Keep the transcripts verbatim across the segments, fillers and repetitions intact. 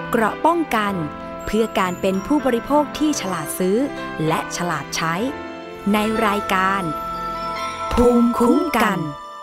เกราะป้องกันเพื่อการเป็นผู้บริโภคที่ฉลาดซื้อและฉลาดใช้ในรายการภูมิคุ้มกัน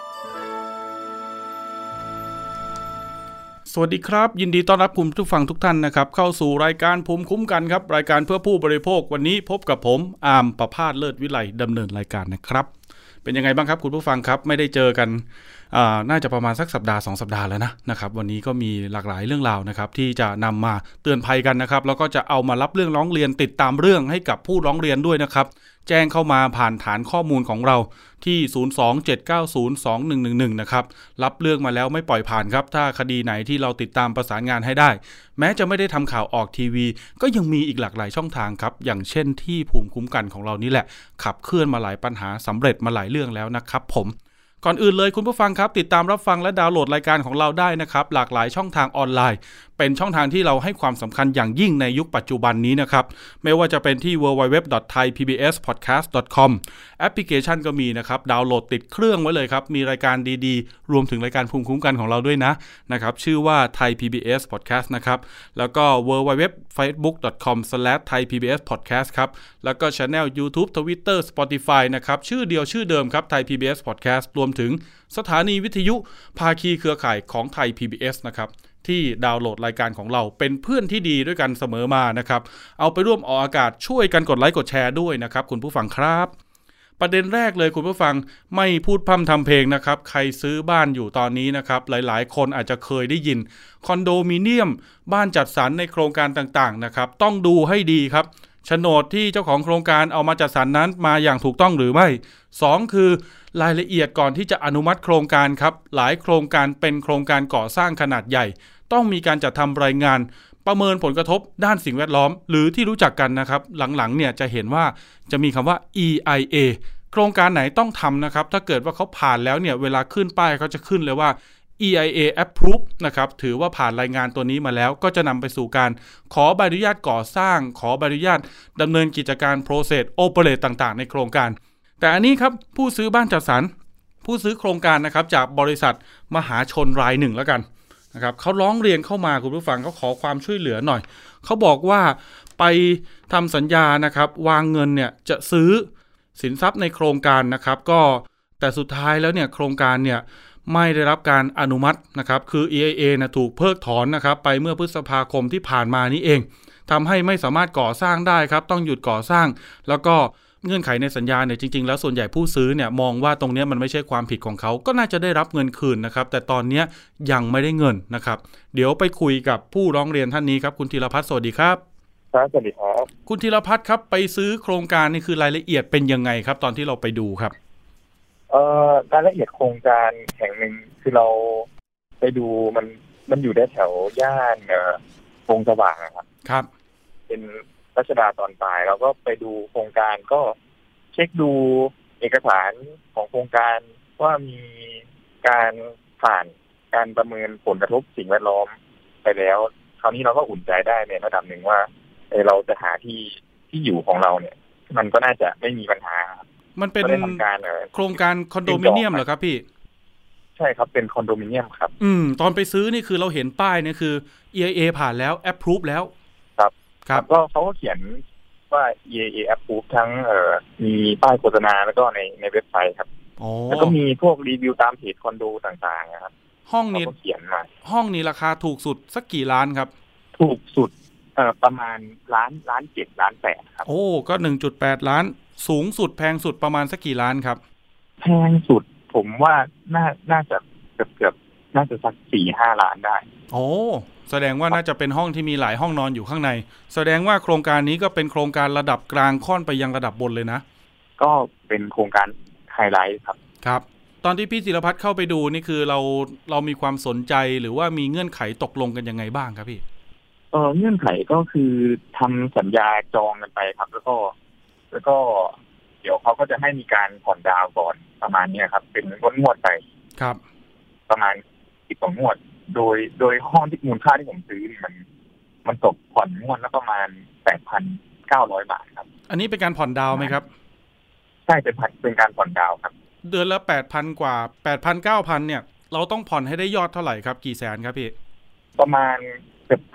สวัสดีครับยินดีต้อนรับคุณผู้ฟังทุกท่านนะครับเข้าสู่รายการภูมิคุ้มกันครับรายการเพื่อผู้บริโภควันนี้พบกับผมอาร์มประภาสเลิศวิไลดำเนินรายการนะครับเป็นยังไงบ้างครับคุณผู้ฟังครับไม่ได้เจอกันน่าจะประมาณสักสัปดาห์สองสัปดาห์แล้วนะนะครับวันนี้ก็มีหลากหลายเรื่องราวนะครับที่จะนำมาเตือนภัยกันนะครับแล้วก็จะเอามารับเรื่องร้องเรียนติดตามเรื่องให้กับผู้ร้องเรียนด้วยนะครับแจ้งเข้ามาผ่านฐานข้อมูลของเราที่ศูนย์ สอง เจ็ด เก้า ศูนย์ สอง หนึ่ง หนึ่ง หนึ่งนะครับรับเรื่องมาแล้วไม่ปล่อยผ่านครับถ้าคดีไหนที่เราติดตามประสานงานให้ได้แม้จะไม่ได้ทำข่าวออกทีวีก็ยังมีอีกหลากหลายช่องทางครับอย่างเช่นที่ภูมิคุ้มกันของเรานี่แหละขับเคลื่อนมาหลายปัญหาสำเร็จมาหลายเรื่องแล้วนะครับผมก่อนอื่นเลยคุณผู้ฟังครับติดตามรับฟังและดาวน์โหลดรายการของเราได้นะครับหลากหลายช่องทางออนไลน์เป็นช่องทางที่เราให้ความสำคัญอย่างยิ่งในยุคปัจจุบันนี้นะครับไม่ว่าจะเป็นที่ ดับเบิลยู ดับเบิลยู ดับเบิลยู ดอท ไทย พี บี เอส พอดแคสต์ ดอท คอม แอปพลิเคชันก็มีนะครับดาวน์โหลดติดเครื่องไว้เลยครับมีรายการดีๆรวมถึงรายการภูมิคุ้มกันของเราด้วยนะนะครับชื่อว่า Thai พี บี เอส Podcast นะครับแล้วก็ ดับเบิลยู ดับเบิลยู ดับเบิลยู ดอท เฟซบุ๊ก ดอท คอม สแลช ไทย พี บี เอส พอดแคสต์ ครับแล้วก็ Channel YouTube Twitter Spotify นะครับชื่อเดียวชื่อเดิมครับ Thai พี บี เอส Podcast รวมถึงสถานีวิทยุภาคีเครือข่ายของไทย พี บี เอส นะครับที่ดาวน์โหลดรายการของเราเป็นเพื่อนที่ดีด้วยกันเสมอมานะครับเอาไปร่วมออกอากาศช่วยกันกดไลค์กดแชร์ด้วยนะครับคุณผู้ฟังครับประเด็นแรกเลยคุณผู้ฟังไม่พูดพร่ำทำเพลงนะครับใครซื้อบ้านอยู่ตอนนี้นะครับหลายๆคนอาจจะเคยได้ยินคอนโดมิเนียมบ้านจัดสรรในโครงการต่างๆนะครับต้องดูให้ดีครับโฉนดที่เจ้าของโครงการเอามาจัดสรรนั้นมาอย่างถูกต้องหรือไม่สองคือรายละเอียดก่อนที่จะอนุมัติโครงการครับหลายโครงการเป็นโครงการก่อสร้างขนาดใหญ่ต้องมีการจัดทำรายงานประเมินผลกระทบด้านสิ่งแวดล้อมหรือที่รู้จักกันนะครับหลังๆเนี่ยจะเห็นว่าจะมีคำว่า อี ไอ เอ โครงการไหนต้องทำนะครับถ้าเกิดว่าเขาผ่านแล้วเนี่ยเวลาขึ้นป้ายเขาจะขึ้นเลยว่า อี ไอ เอ approve นะครับถือว่าผ่านรายงานตัวนี้มาแล้วก็จะนำไปสู่การขอใบอนุญาตก่อสร้างขอใบอนุญาตดำเนินกิจการ process operate ต่างๆในโครงการแต่อันนี้ครับผู้ซื้อบ้านจัดสรรผู้ซื้อโครงการนะครับจากบริษัทมหาชนรายหนึ่งแล้วกันนะครับเขาร้องเรียนเข้ามาคุณผู้ฟังเขาขอความช่วยเหลือหน่อยเขาบอกว่าไปทำสัญญานะครับวางเงินเนี่ยจะซื้อสินทรัพย์ในโครงการนะครับก็แต่สุดท้ายแล้วเนี่ยโครงการเนี่ยไม่ได้รับการอนุมัตินะครับคือ อี ไอ เอ นะถูกเพิกถอนนะครับไปเมื่อพฤษภาคมที่ผ่านมานี้เองทำให้ไม่สามารถก่อสร้างได้ครับต้องหยุดก่อสร้างแล้วก็เงื่อนไขในสัญญาเนี่ยจริงๆแล้วส่วนใหญ่ผู้ซื้อเนี่ยมองว่าตรงนี้มันไม่ใช่ความผิดของเขาก็น่าจะได้รับเงินคืนนะครับแต่ตอนนี้ยังไม่ได้เงินนะครับเดี๋ยวไปคุยกับผู้ร้องเรียนท่านนี้ครับคุณธีรพัฒน์สวัสดีครับครับสวัสดีครับคุณธีรพัฒน์ครับไปซื้อโครงการนี่คือรายละเอียดเป็นยังไงครับตอนที่เราไปดูครับเอ่อรายละเอียดโครงการแห่งหนึ่งคือเราไปดูมันมันอยู่แถวย่านเอ่อวงสว่างครับครับเป็นรัชดาตอนปลายเราก็ไปดูโครงการก็เช็คดูเอกสารของโครงการว่ามีการผ่านการประเมินผลกระทบสิ่งแวดล้อมไปแล้วคราวนี้เราก็อุ่นใจได้ในระดับหนึ่งว่าเออเราจะหาที่ที่อยู่ของเราเนี่ยมันก็น่าจะไม่มีปัญหามันเป็นโครงการคอนโดมิเนียมเหรอครับพี่ใช่ครับเป็นคอนโดมิเนียมครับอืมตอนไปซื้อนี่คือเราเห็นป้ายเนี่ยคือ อี ไอ เอ ผ่านแล้ว approve แล้วครับครับก็เขาก็เขียนว่า อี ไอ เอ approve ทั้งเอ่อมีป้ายโฆษณาแล้วก็ในในเว็บไซต์ครับแล้วก็มีพวกรีวิวตามเพจคอนโดต่างๆนะครับห้องนี้เขียนมาห้องนี้ราคาถูกสุดสักกี่ล้านครับถูกสุดเอ่อประมาณล้านล้านเจ็ดล้านแปดครับโอ้ก็ หนึ่งจุดแปด ล้านสูงสุดแพงสุดประมาณสักกี่ล้านครับแพงสุดผมว่าน่าน่าจะเกือบเกือบน่าจะสัก สี่ห้า ล้านได้โอ้แสดงว่าน่าจะเป็นห้องที่มีหลายห้องนอนอยู่ข้างในแสดงว่าโครงการนี้ก็เป็นโครงการระดับกลางค่อนไปยังระดับบนเลยนะก็เป็นโครงการไฮไลท์ครับครับตอนที่พี่ธีรพัฒน์เข้าไปดูนี่คือเราเรามีความสนใจหรือว่ามีเงื่อนไขตกลงกันยังไงบ้างครับพี่เออเงื่อนไขก็คือทำสัญญาจองกันไปครับแล้วก็แล้วก็เดี๋ยวเขาก็จะให้มีการผ่อนดาวก่อนประมาณนี้ครับเป็นงวดๆไปครับประมาณสิบกว่างวดโดยโดยห้องที่มูลค่าที่ผมซื้อมันมันตกผ่อนงวดละประมาณ แปดพันเก้าร้อย บาทครับอันนี้เป็นการผ่อนดาวไหมครับใช่เป็นผ่อนเป็นการผ่อนดาวครับเดือนละ แปดพัน กว่า แปดพัน เก้าพัน เนี่ยเราต้องผ่อนให้ได้ยอดเท่าไหร่ครับกี่แสนครับพี่ประมาณเกือบเกือบ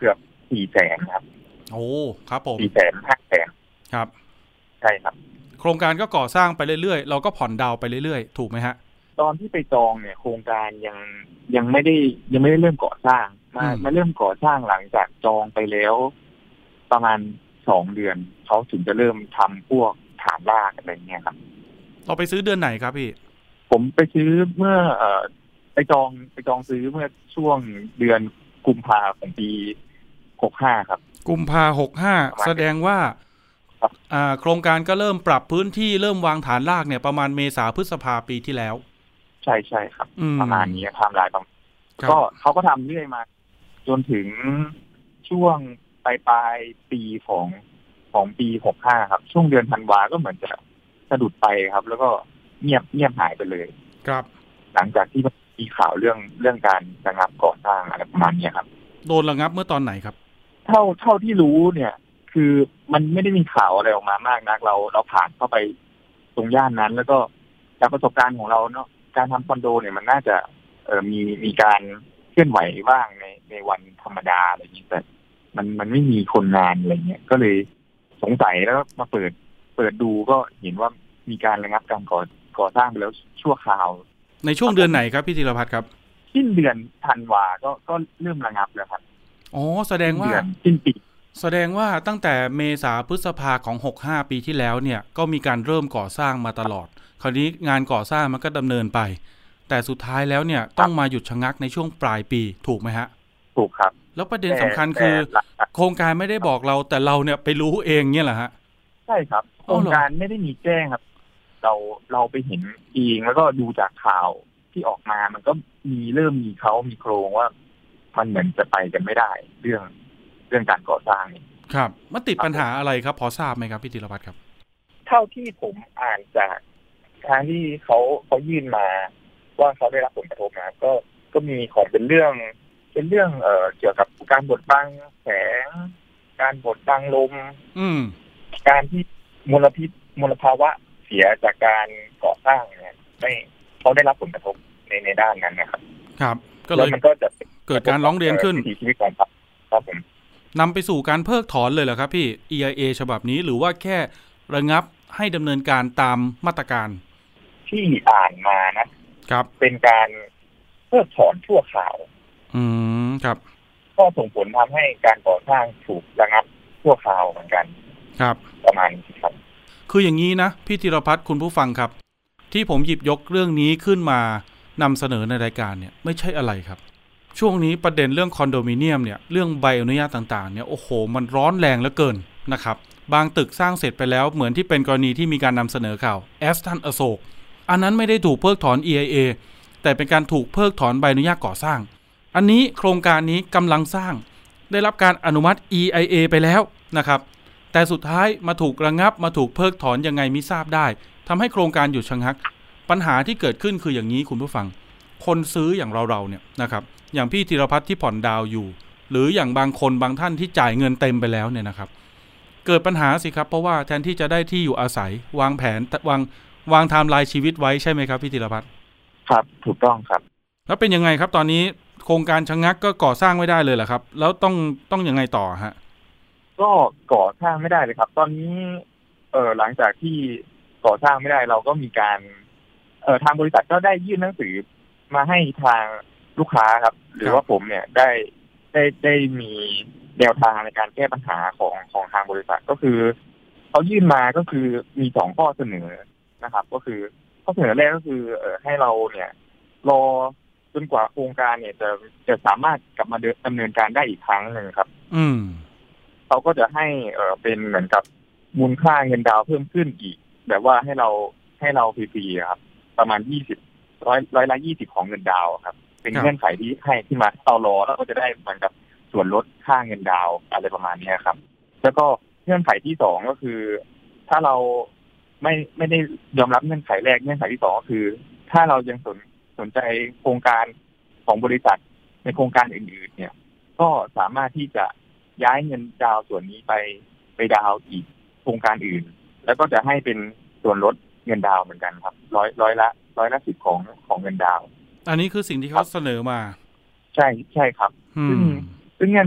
สี่แสนครับโอ้ครับผมสี่แสนห้าแสนครับใช่ครับโครงการก็ก่อสร้างไปเรื่อยๆเราก็ผ่อนดาวไปเรื่อยๆถูกไหมฮะตอนที่ไปจองเนี่ยโครงการยังยังไม่ได้ยังไม่ได้เริ่มก่อสร้างมามาเริ่มก่อสร้างหลังจากจองไปแล้วประมาณสองเดือนเขาถึงจะเริ่มทำพวกฐานรากอะไรเงี้ยครับเราไปซื้อเดือนไหนครับพี่ผมไปซื้อเมื่อเอ่อไปจองไปจองซื้อเมื่อช่วงเดือนกุมภาของปีหกสิบห้าครับกุมภาหกสิบห้าแสดงว่าอ่าโครงการก็เริ่มปรับพื้นที่เริ่มวางฐานรากเนี่ยประมาณเมษาพฤษภาปีที่แล้วใช่ใช่ครับประมาณนี้ไทม์ไลน์ประมาณก็เขาก็ทำเรื่อยมาจนถึงช่วงปลายปลายปีของของปีหกสิบห้าครับช่วงเดือนธันวาก็เหมือนจะสะดุดไปครับแล้วก็เงียบเงียบหายไปเลยครับหลังจากที่มีข่าวเรื่องเรื่องการระงับก่อสร้างอะไรประมาณนี้ครับโดนระงับเมื่อตอนไหนครับเท่าเท่าที่รู้เนี่ยคือมันไม่ได้มีข่าวอะไรออกมามากนักเราเราผ่านเข้าไปตรงย่านนั้นแล้วก็จากประสบการณ์ของเราเนาะการทำคอนโดเนี่ยมันน่าจะเอ่อมีมีการเคลื่อนไหวบ้างในในวันธรรมดาอะไรอย่างนี้แต่มันมันไม่มีคนงานอะไรเงี้ยก็เลยสงสัยแล้วมาเปิดเปิดดูก็เห็นว่ามีการระงับการก่อก่อสร้างไปแล้วชั่วคราวในช่วงเดือนไหนครับพี่ธีรพัฒน์ครับสิ้นเดือนธันวาก็ก็เริ่มระงับแล้วครับอ๋อแสดงว่าสิ้นปีแสดงว่าตั้งแต่เมษาพฤษภาของหกสิบห้าปีที่แล้วเนี่ยก็มีการเริ่มก่อสร้างมาตลอดคราวนี้งานก่อสร้างมันก็ดำเนินไปแต่สุดท้ายแล้วเนี่ยต้องมาหยุดชะงักในช่วงปลายปีถูกไหมฮะถูกครับแล้วประเด็นสำคัญคือโครงการไม่ได้บอกเราแต่เราเนี่ยไปรู้เองเนี่ยแหละฮะใช่ครับโครงการไม่ได้มีแจ้งครับเราเราไปเห็นเองแล้วก็ดูจากข่าวที่ออกมามันก็มีเริ่มมีเขามีโครงว่ามันเหมือนจะไปกันไม่ได้เรื่องเรื่องการก่อสร้างนี่ครับมันติดปัญหาอะไรครับพอทราบไหมครับพี่ธีรพัฒน์ครับเท่าที่ผมอ่านจากทางที่เขาเขายื่นมาว่าเขาได้รับผลกระทบนะก็ก็มีของเป็นเรื่องเป็นเรื่องเอ่อเกี่ยวกับการบดบังแสงการบดบังลมอืมการที่มลพิษมลภาวะเสียจากการก่อสร้างเนี่ยไม่เขาได้รับผลกระทบในในด้านนั้นนะครับครับก็เลยมันก็จะเกิดการร้องเรียนขึ้นชีวิตของครับผมนำไปสู่การเพิกถอนเลยเหรอครับพี่ อี ไอ เอ ฉบับนี้หรือว่าแค่ระงับให้ดำเนินการตามมาตรการที่อ่านมานะครับเป็นการเพิกถอนชั่วคราวอืมครับก็ส่งผลทำให้การก่อสร้างถูกระงับชั่วคราวเหมือนกันครับประมาณนี้ครับคืออย่างนี้นะพี่ธีรพัฒน์คุณผู้ฟังครับที่ผมหยิบยกเรื่องนี้ขึ้นมานำเสนอในรายการเนี่ยไม่ใช่อะไรครับช่วงนี้ประเด็นเรื่องคอนโดมิเนียมเนี่ยเรื่องใบอนุญาตต่างๆเนี่ยโอ้โหมันร้อนแรงเหลือเกินนะครับบางตึกสร้างเสร็จไปแล้วเหมือนที่เป็นกรณีที่มีการนำเสนอข่าวแอสตันอโศกอันนั้นไม่ได้ถูกเพิกถอน อี ไอ เอ แต่เป็นการถูกเพิกถอนใบอนุญาตก่อสร้างอันนี้โครงการนี้กำลังสร้างได้รับการอนุมัติ อี ไอ เอ ไปแล้วนะครับแต่สุดท้ายมาถูกระงับมาถูกเพิกถอนยังไงมิทราบได้ทำให้โครงการหยุดชะงักปัญหาที่เกิดขึ้นคืออย่างนี้คุณผู้ฟังคนซื้ออย่างเราๆเนี่ยนะครับอย่างพี่ธีรพัฒน์ที่ผ่อนดาวอยู่หรืออย่างบางคนบางท่านที่จ่ายเงินเต็มไปแล้วเนี่ยนะครับเกิดปัญหาสิครับเพราะว่าแทนที่จะได้ที่อยู่อาศัยวางแผนวางวางไทม์ไลน์ชีวิตไว้ใช่ไหมครับพี่ธีรพัฒน์ครับถูกต้องครับแล้วเป็นยังไงครับตอนนี้โครงการชะงักก็ก่อสร้างไม่ได้เลยเหรอครับแล้วต้องต้องยังไงต่อฮะก็ก่อสร้างไม่ได้เลยครับตอนนี้เอ่อหลังจากที่ก่อสร้างไม่ได้เราก็มีการเอ่อทางบริษัทก็ได้ยื่นหนังสือมาให้ทางลูกค้าครับหรือว่าผมเนี่ยได้ได้ได้มีแนวทางในการแก้ปัญหาของของทางบริษัทก็คือเขายื่นมาก็คือมีสองข้อเสนอนะครับก็คือข้อเสนอแรกก็คือเอ่อให้เราเนี่ยรอจนกว่าโครงการเนี่ยจะจะสามารถกลับมาดำเนินการได้อีกครั้งหนึ่งครับอืมเขาก็จะให้เอ่อเป็นเหมือนกับมูลค่าเงินดาวเพิ่มขึ้นอีกแบบว่าให้เราให้เราฟรีๆครับประมาณยี่สิบร้อยร้อยละยี่สิบของเงินดาวครับเป็นเงื่อนไขที่ให้ที่มาเรารอแล้วก็จะได้เหมือนกับส่วนลดค่าเงินดาวอะไรประมาณนี้ครับแล้วก็เงื่อนไขที่สองก็คือถ้าเราไม่ไม่ได้ยอมรับเงื่อนไขแรกเงื่อนไขที่สองก็คือถ้าเรายังสนสนใจโครงการของบริษัทในโครงการอื่นๆเนี่ยก็สามารถที่จะย้ายเงินดาวส่วนนี้ไปไปดาวอีกโครงการอื่นแล้วก็จะให้เป็นส่วนลดเงินดาวเหมือนกันครับร้อยร้อยละร้อยละสิบของของเงินดาวอันนี้คือสิ่งที่เขาเสนอมาใช่ใช่ครับซึ่งซึ่งเงื่อนไข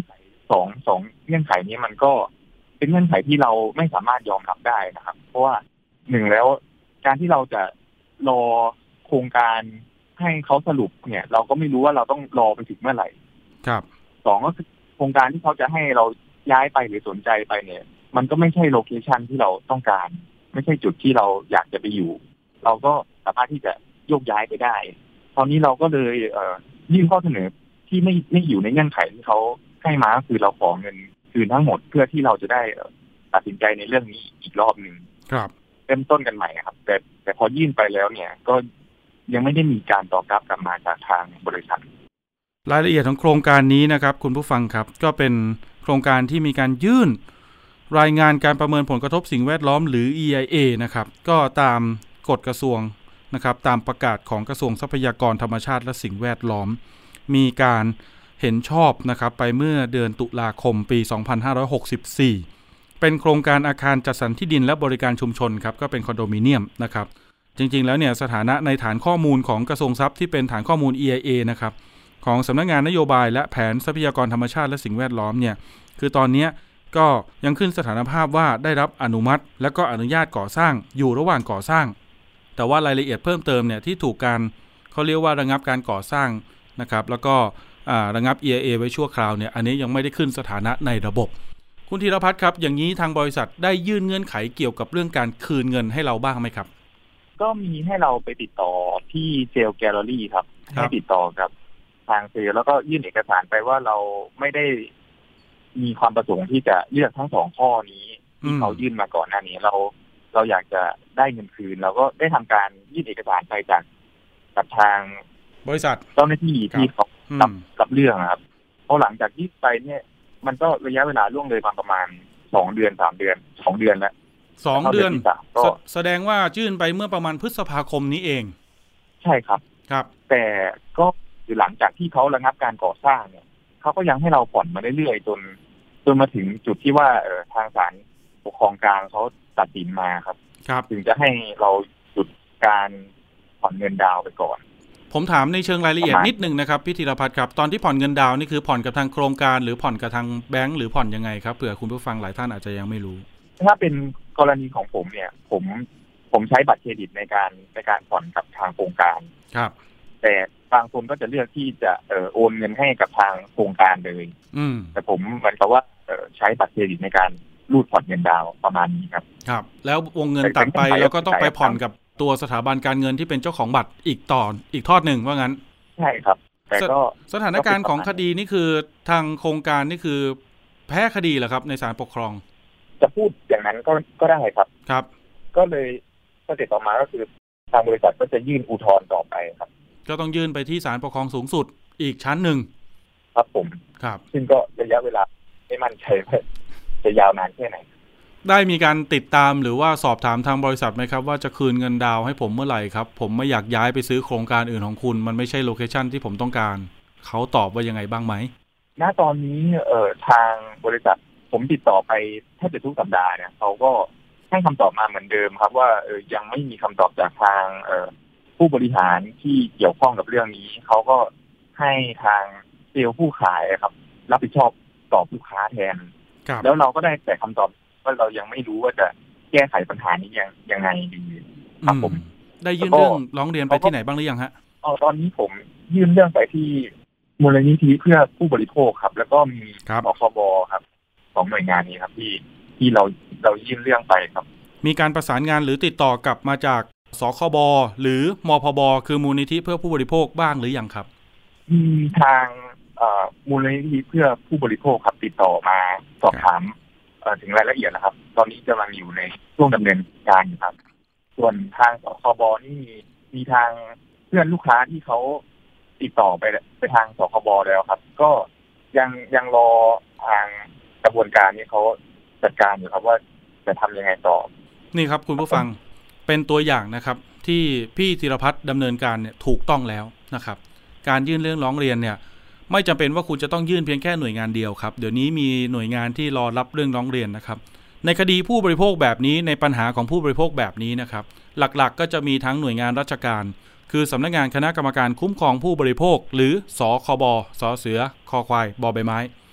สองสองเงื่อนไขนี้มันก็เป็นเงื่อนไขที่เราไม่สามารถยอมรับได้นะครับเพราะว่าหนึ่งแล้วการที่เราจะรอโครงการให้เขาสรุปเนี่ยเราก็ไม่รู้ว่าเราต้องรอไปถึงเมื่อไหร่ครับสองก็คือโครงการที่เขาจะให้เราย้ายไปหรือสนใจไปเนี่ยมันก็ไม่ใช่โลเคชันที่เราต้องการไม่ใช่จุดที่เราอยากจะไปอยู่เราก็สามารถที่จะโยกย้ายไปได้ตอนนี้เราก็เลยเอ่อยื่นข้อเสนอที่ไม่ไม่อยู่ในเงื่อนไขที่เขาให้มาก็คือเราขอเงินคืนทั้งหมดเพื่อที่เราจะได้ตัดสินใจในเรื่องนี้อีกรอบหนึ่งครับเริ่มต้นกันใหม่ครับแต่แต่พอยื่นไปแล้วเนี่ยก็ยังไม่ได้มีการตอบรับกลับมาจากทางบริษัทรายละเอียดของโครงการนี้นะครับคุณผู้ฟังครับก็เป็นโครงการที่มีการยื่นรายงานการประเมินผลกระทบสิ่งแวดล้อมหรือ อี ไอ เอ นะครับก็ตามกฎกระทรวงนะครับตามประกาศของกระทรวงทรัพยากรธรรมชาติและสิ่งแวดล้อมมีการเห็นชอบนะครับไปเมื่อเดือนตุลาคมปีสองพันห้าร้อยหกสิบสี่เป็นโครงการอาคารจัดสรรที่ดินและบริการชุมชนครับก็เป็นคอนโดมิเนียมนะครับจริงๆแล้วเนี่ยสถานะในฐานข้อมูลของกระทรวงทรัพย์ที่เป็นฐานข้อมูล อี ไอ เอ นะครับของสำนักงานนโยบายและแผนทรัพยากรธรรมชาติและสิ่งแวดล้อมเนี่ยคือตอนนี้ก็ยังขึ้นสถานภาพว่าได้รับอนุมัติและก็อนุญาตก่อสร้างอยู่ระหว่างก่อสร้างแต่ว่ารายละเอียดเพิ่มเติมเนี่ยที่ถูกการเขาเรียกว่าระงับการก่อสร้างนะครับแล้วก็ระงับ อี ไอ เอ ไว้ชั่วคราวเนี่ยอันนี้ยังไม่ได้ขึ้นสถานะในระบบคุณธีรพัฒน์ครับอย่างนี้ทางบริษัทได้ยื่นเงื่อนไขเกี่ยวกับเรื่องการคืนเงินให้เราบ้างไหมครับก็มีให้เราไปติดต่อที่เซลล์แกลเลอรี่ครับให้ติดต่อกับทางเซลล์แล้วก็ยื่นเอกสารไปว่าเราไม่ได้มีความประสงค์ที่จะเลือกทั้งสองข้อนี้ที่เขายื่นมาก่อนหน้านี้เราเราอยากจะได้เงินคืนเราก็ได้ทำการยื่นเอกสารไปจากกับทางบริษัทเจ้าหน้าที่ที่เขากับกับเรื่องครับพอหลังจากยื่นไปเนี่ยมันก็ระยะเวลาล่วงเลยมาประมาณสองเดือนสามเดือนสองเดือนแล้วสองเดือนก็แสดงว่ายื่นไปเมื่อประมาณพฤษภาคมนี้เองใช่ครับครับแต่ก็คือหลังจากที่เขาระงับการก่อสร้างเนี่ยเขาก็ยังให้เราผ่อนมาเรื่อยๆจนจนมาถึงจุดที่ว่าเออทางศาลปกครองกลางเขาตัดสินมาครับครับถึงจะให้เราหยุดการผ่อนเงินดาวไปก่อนผมถามในเชิงรายละเอียดนิดนึงนะครับพี่ธีรพัฒน์ครับตอนที่ผ่อนเงินดาวนี่คือผ่อนกับทางโครงการหรือผ่อนกับทางแบงก์หรือผ่อนยังไงครับเผื่อคุณผู้ฟังหลายท่านอาจจะยังไม่รู้ถ้าเป็นกรณีของผมเนี่ยผมผมใช้บัตรเครดิตในการในการผ่อนกับทางโครงการครับแต่บางคนก็จะเลือกที่จะเอ่อโอนเงินให้กับทางโครงการเลยอืมแต่ผมเหมือนกับว่าเอ่อใช้บัตรเครดิตในการรูดผ่อนเงินดาวประมาณนี้ครับครับแล้ววงเงินตัดไปแล้วก็ต้องไปผ่อนกับตัวสถาบันการเงินที่เป็นเจ้าของบัตรอีกตอนอีกทอดหนึ่งว่างั้นใช่ครับแต่ก็สถานการณ์ของคดีนี่คือทางโครงการนี่คือแพ้คดีเหรอครับในศาลปกครองจะพูดอย่างนั้นก็ก็ได้ครับครับก็เลยสเต็ปต่อมาก็คือทางบริษัทก็จะยื่นอุทธรณ์ต่อไปครับก็ต้องยื่นไปที่ศาลปกครองสูงสุดอีกชั้นหนึ่งครับผมครับซึ่งก็ระยะเวลาไม่มั่นใจว่าจะยาวนานแค่ไหนได้มีการติดตามหรือว่าสอบถามทางบริษัทไหมครับว่าจะคืนเงินดาวให้ผมเมื่อไหร่ครับผมไม่อยากย้ายไปซื้อโครงการอื่นของคุณมันไม่ใช่โลเคชั่นที่ผมต้องการเขาตอบว่ายังไงบ้างไหมณตอนนี้เอ่อทางบริษัทผมติดต่อไปแทบจะทุกสัปดาห์เนี่ยเขาก็ให้คำตอบมาเหมือนเดิมครับว่าเออยังไม่มีคำตอบจากทางเอ่อผู้บริหารที่เกี่ยวข้องกับเรื่องนี้เขาก็ให้ทางเซลล์ผู้ขายครับรับผิดชอบตอบลูกค้าแทนแล้วเราก็ได้แต่คำตอบว่าเรายังไม่รู้ว่าจะแก้ไขปัญหานี้ยังยังไงดีครับผมได้ยื่นเรื่องร้องเรียนไปที่ไหนบ้างหรือยังฮะอ๋อตอนนี้ผมยื่นเรื่องไปที่มูลนิธิเพื่อผู้บริโภคครับแล้วก็มีสคบครับสองหน่วยงานนี้ครับที่ที่เราเรายื่นเรื่องไปครับมีการประสานงานหรือติดต่อกลับมาจากสคบหรือมพบคือมูลนิธิเพื่อผู้บริโภคบ้างหรือยังครับมีทางมูลนิธิเพื่อผู้บริโภคครับติดต่อมาสอบถามถึงรายละเอียดนะครับตอนนี้กำลังอยู่ในช่วงดำเนินการอยู่ครับส่วนทางสคบนี่มีทางเพื่อนลูกค้าที่เขาติดต่อไปไปทางสคบแล้วครับก็ยังยังรอทางกระบวนการนี้เขาจัดการอยู่ครับว่าจะทำยังไงต่อนี่ครับคุณผู้ฟังเป็นตัวอย่างนะครับที่พี่ธีรพัฒน์ดำเนินการเนี่ยถูกต้องแล้วนะครับการยื่นเรื่องร้องเรียนเนี่ยไม่จำเป็นว่าคุณจะต้องยื่นเพียงแค่หน่วยงานเดียวครับเดี๋ยวนี้มีหน่วยงานที่รอรับเรื่องร้องเรียนนะครับในคดีผู้บริโภคแบบนี้ในปัญหาของผู้บริโภคแบบนี้นะครับหลักๆ ก็จะมีทั้งหน่วยงานราชการคือสำนักงานคณะกรรมการคุ้มครองผู้บริโภคหรือสคบสเสือคอควายบอใบไม้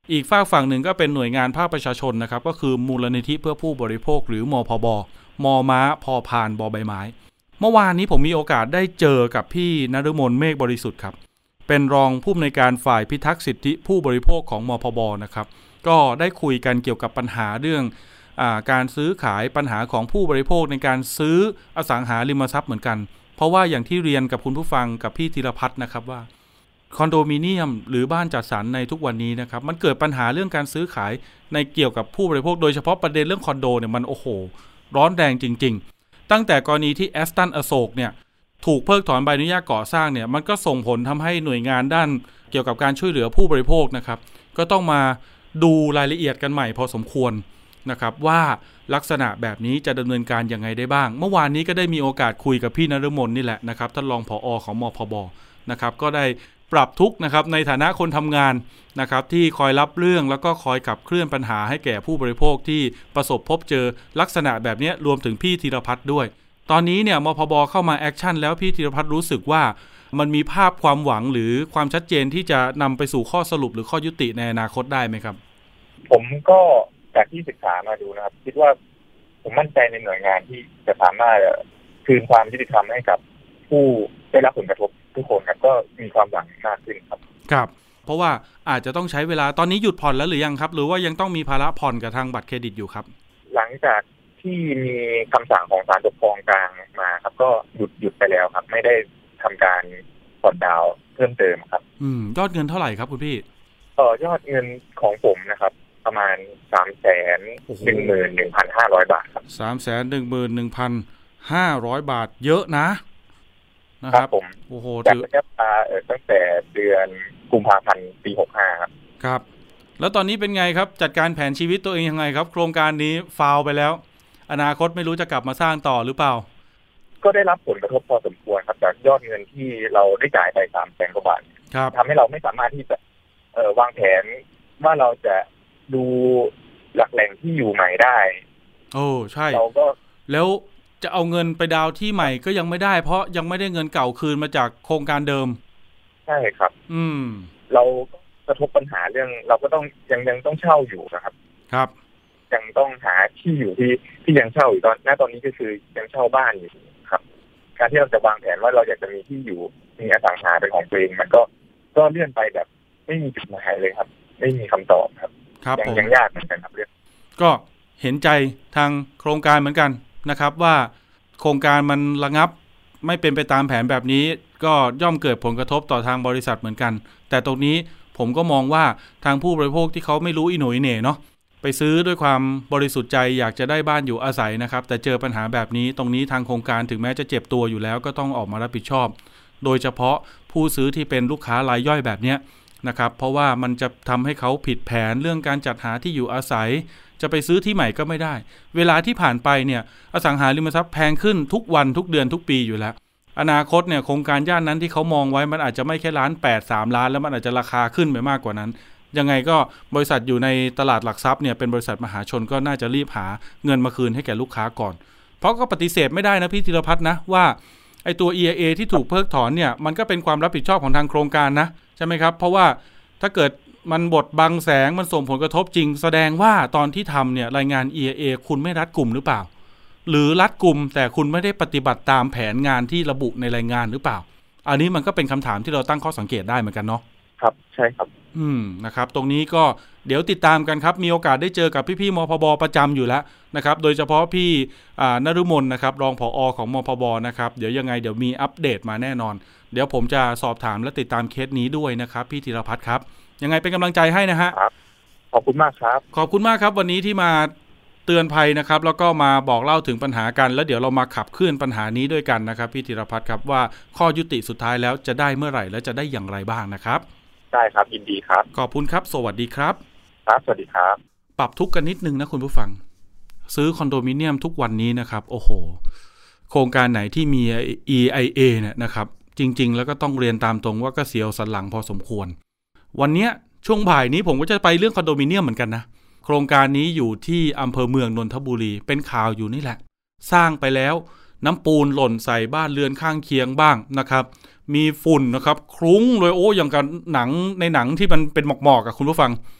อีกฝากฝั่งหนึ่งก็เป็นหน่วยงานภาคประชาชนนะครับก็คือมูลนิธิเพื่อผู้บริโภคหรือมพบมม้าพอพานบอใบไม้เมื่อวานนี้ผมมีโอกาสได้เจอกับพี่นฤมลเมฆบริสุทธิ์ครับเป็นรองผู้อำนวยการฝ่ายพิทักษ์สิทธิผู้บริโภคของมพบนะครับก็ได้คุยกันเกี่ยวกับปัญหาเรื่องอ่าการซื้อขายปัญหาของผู้บริโภคในการซื้ออสังหาริมทรัพย์เหมือนกันเพราะว่าอย่างที่เรียนกับคุณผู้ฟังกับพี่ธีรพัฒน์นะครับว่าคอนโดมิเนียมหรือบ้านจัดสรรในทุกวันนี้นะครับมันเกิดปัญหาเรื่องการซื้อขายในเกี่ยวกับผู้บริโภคโดยเฉพาะประเด็นเรื่องคอนโดเนี่ยมันโอ้โหร้อนแรงจริงๆตั้งแต่กรณีที่แอสตันอโศกเนี่ยถูกเพิกถอนใบอนุญาตก่อสร้างเนี่ยมันก็ส่งผลทำให้หน่วยงานด้านเกี่ยวกับการช่วยเหลือผู้บริโภคนะครับก็ต้องมาดูรายละเอียดกันใหม่พอสมควรนะครับว่าลักษณะแบบนี้จะดำเนินการยังไงได้บ้างเมื่อวานนี้ก็ได้มีโอกาสคุยกับพี่นฤมลนี่แหละนะครับท่านรองผอ.ของมพบนะครับก็ได้ปรับทุกข์นะครับในฐานะคนทำงานนะครับที่คอยรับเรื่องแล้วก็คอยขับเคลื่อนปัญหาให้แก่ผู้บริโภคที่ประสบพบเจอลักษณะแบบนี้รวมถึงพี่ธีรพัฒน์ด้วยตอนนี้เนี่ยมพบเข้ามาแอคชั่นแล้วพี่ธีรพัฒน์รู้สึกว่ามันมีภาพความหวังหรือความชัดเจนที่จะนำไปสู่ข้อสรุปหรือข้อยุติในอนาคตได้ไหมครับผมก็จากที่ศึกษามาดูนะครับคิดว่าผมมั่นใจในหน่วยงานที่จะสามารถคืนความยุติธรรมให้กับผู้ได้รับผลกระทบทุกคนครับก็มีความหวังมากขึ้นครับครับเพราะว่าอาจจะต้องใช้เวลาตอนนี้หยุดผ่อนแล้วหรือยังครับหรือว่ายังต้องมีภาระผ่อนกับทางบัตรเครดิตอยู่ครับหลังจากที่มีคำสั่งของศาลปกครองกลางมาครับก็หยุดหยุดไปแล้วครับไม่ได้ทำการผ่อนดาวเพิ่มเติมครับอืมยอดเงินเท่าไหร่ครับคุณพี่เอ่อยอดเงินของผมนะครับประมาณ สามแสนหนึ่งหมื่นหนึ่งพันห้าร้อย บาทครับสามแสนหนึ่งหมื่นหนึ่งพันห้าร้อย บาทเยอะนะนะครับผมโอ้โหจากระยะเวลาเอ่อตั้งแต่เดือนกุมภาพันธ์ปีหกสิบห้าครับครับแล้วตอนนี้เป็นไงครับจัดการแผนชีวิตตัวเองยังไงครับโครงการนี้ฟาวไปแล้วอนาคตไม่รู้จะกลับมาสร้างต่อหรือเปล่าก็ได้รับผลกระทบพอสมควรครับจากยอดเงินที่เราได้จ่ายไปสามแสนกว่าบาททำให้เราไม่สามารถที่จะเอ่อวางแผนว่าเราจะดูหลักแหล่งที่อยู่ใหม่ได้โอ้ใช่เราก็แล้วจะเอาเงินไปดาวที่ใหม่ก็ยังไม่ได้เพราะยังไม่ได้เงินเก่าคืนมาจากโครงการเดิมใช่ครับอืมเรากระทบปัญหาเรื่องเราก็ต้องยังยังต้องเช่าอยู่นะครับครับยังต้องหาที่อยู่ที่ที่ยังเช่าอยู่ตอนณตอนนี้ก็คือยังเช่าบ้านอยู่ครับการที่เราจะวางแผนว่าเราอยากจะมีที่อยู่มีอสังหาเป็นของตัวเองมันก็ก็เลื่อนไปแบบไม่มีจุดหมายเลยครับไม่มีคำตอบครับยังยังยากเหมือนกันครับเรื่องก็เห็นใจทางโครงการเหมือนกันนะครับว่าโครงการมันระงับไม่เป็นไปตามแผนแบบนี้ก็ย่อมเกิดผลกระทบต่อทางบริษัทเหมือนกันแต่ตรงนี้ผมก็มองว่าทางผู้บริโภคที่เขาไม่รู้อีโหน่อีเหน่เนาะไปซื้อด้วยความบริสุทธิ์ใจอยากจะได้บ้านอยู่อาศัยนะครับแต่เจอปัญหาแบบนี้ตรงนี้ทางโครงการถึงแม้จะเจ็บตัวอยู่แล้วก็ต้องออกมารับผิดชอบโดยเฉพาะผู้ซื้อที่เป็นลูกค้ารายย่อยแบบนี้นะครับเพราะว่ามันจะทำให้เขาผิดแผนเรื่องการจัดหาที่อยู่อาศัยจะไปซื้อที่ใหม่ก็ไม่ได้เวลาที่ผ่านไปเนี่ยอสังหาริมทรัพย์แพงขึ้นทุกวันทุกเดือนทุกปีอยู่แล้วอนาคตเนี่ยโครงการย่านนั้นที่เขามองไว้มันอาจจะไม่แค่ล้านแปด สามล้านแล้วมันอาจจะราคาขึ้นไปมากกว่านั้นยังไงก็บริษัทอยู่ในตลาดหลักทรัพย์เนี่ยเป็นบริษัทมหาชนก็น่าจะรีบหาเงินมาคืนให้แก่ลูกค้าก่อนเพราะก็ปฏิเสธไม่ได้นะพี่ธีรพัฒน์นะว่าไอ้ตัว อี ไอ เอ ที่ถูกเพิกถอนเนี่ยมันก็เป็นความรับผิดชอบของทางโครงการนะใช่ไหมครับเพราะว่าถ้าเกิดมันบดบังแสงมันส่งผลกระทบจริงแสดงว่าตอนที่ทำเนี่ยรายงาน อี ไอ เอ คุณไม่รัดกุมหรือเปล่าหรือรัดกุมแต่คุณไม่ได้ปฏิบัติตามแผนงานที่ระบุในรายงานหรือเปล่าอันนี้มันก็เป็นคำถามที่เราตั้งข้อสังเกตได้เหมือนกันเนาะครับใช่ครับอืมนะครับตรงนี้ก็เดี๋ยวติดตามกันครับมีโอกาสได้เจอกับพี่ๆมพบประจำอยู่แล้วนะครับโดยเฉพาะพี่อ่านฤมลนะครับรองผอ.ของมพบนะครับเดี๋ยวยังไงเดี๋ยวมีอัปเดตมาแน่นอนเดี๋ยวผมจะสอบถามและติดตามเคสนี้ด้วยนะครับพี่ธีรพัฒน์ครับยังไงเป็นกำลังใจให้นะฮะครับขอบคุณมากครับขอบคุณมากครับวันนี้ที่มาเตือนภัยนะครับแล้วก็มาบอกเล่าถึงปัญหากันแล้วเดี๋ยวเรามาขับเคลื่อนปัญหานี้ด้วยกันนะครับพี่ธีรพัฒน์ครับว่าข้อยุติสุดท้ายแล้วจะได้เมื่อไหร่และจะได้อย่างไรบ้างนะครับได้ครับยินดีครับขอบคุณครับสวัสดีครับครับสวัสดีครับปรับทุกข์กันนิดนึงนะคุณผู้ฟังซื้อคอนโดมิเนียมทุกวันนี้นะครับโอ้โหโครงการไหนที่มี อี ไอ เอ เนี่ยนะครับจริงๆแล้วก็ต้องเรียนตามตรงว่าก็เสียวสันหลังพอสมควรวันนี้ช่วงบ่ายนี้ผมก็จะไปเรื่องคอนโดมิเนียมเหมือนกันนะโครงการนี้อยู่ที่อำเภอเมืองนนทบุรีเป็นข่าวอยู่นี่แหละสร้างไปแล้วน้ำปูนหล่นใส่บ้านเรือนข้างเคียงบ้างนะครับมีฝุ่นนะครับคลุ้งเลยโอ้อย่างกับหนังในหนังที่มันเป็นหมอกๆกับคุณผู้ฟัง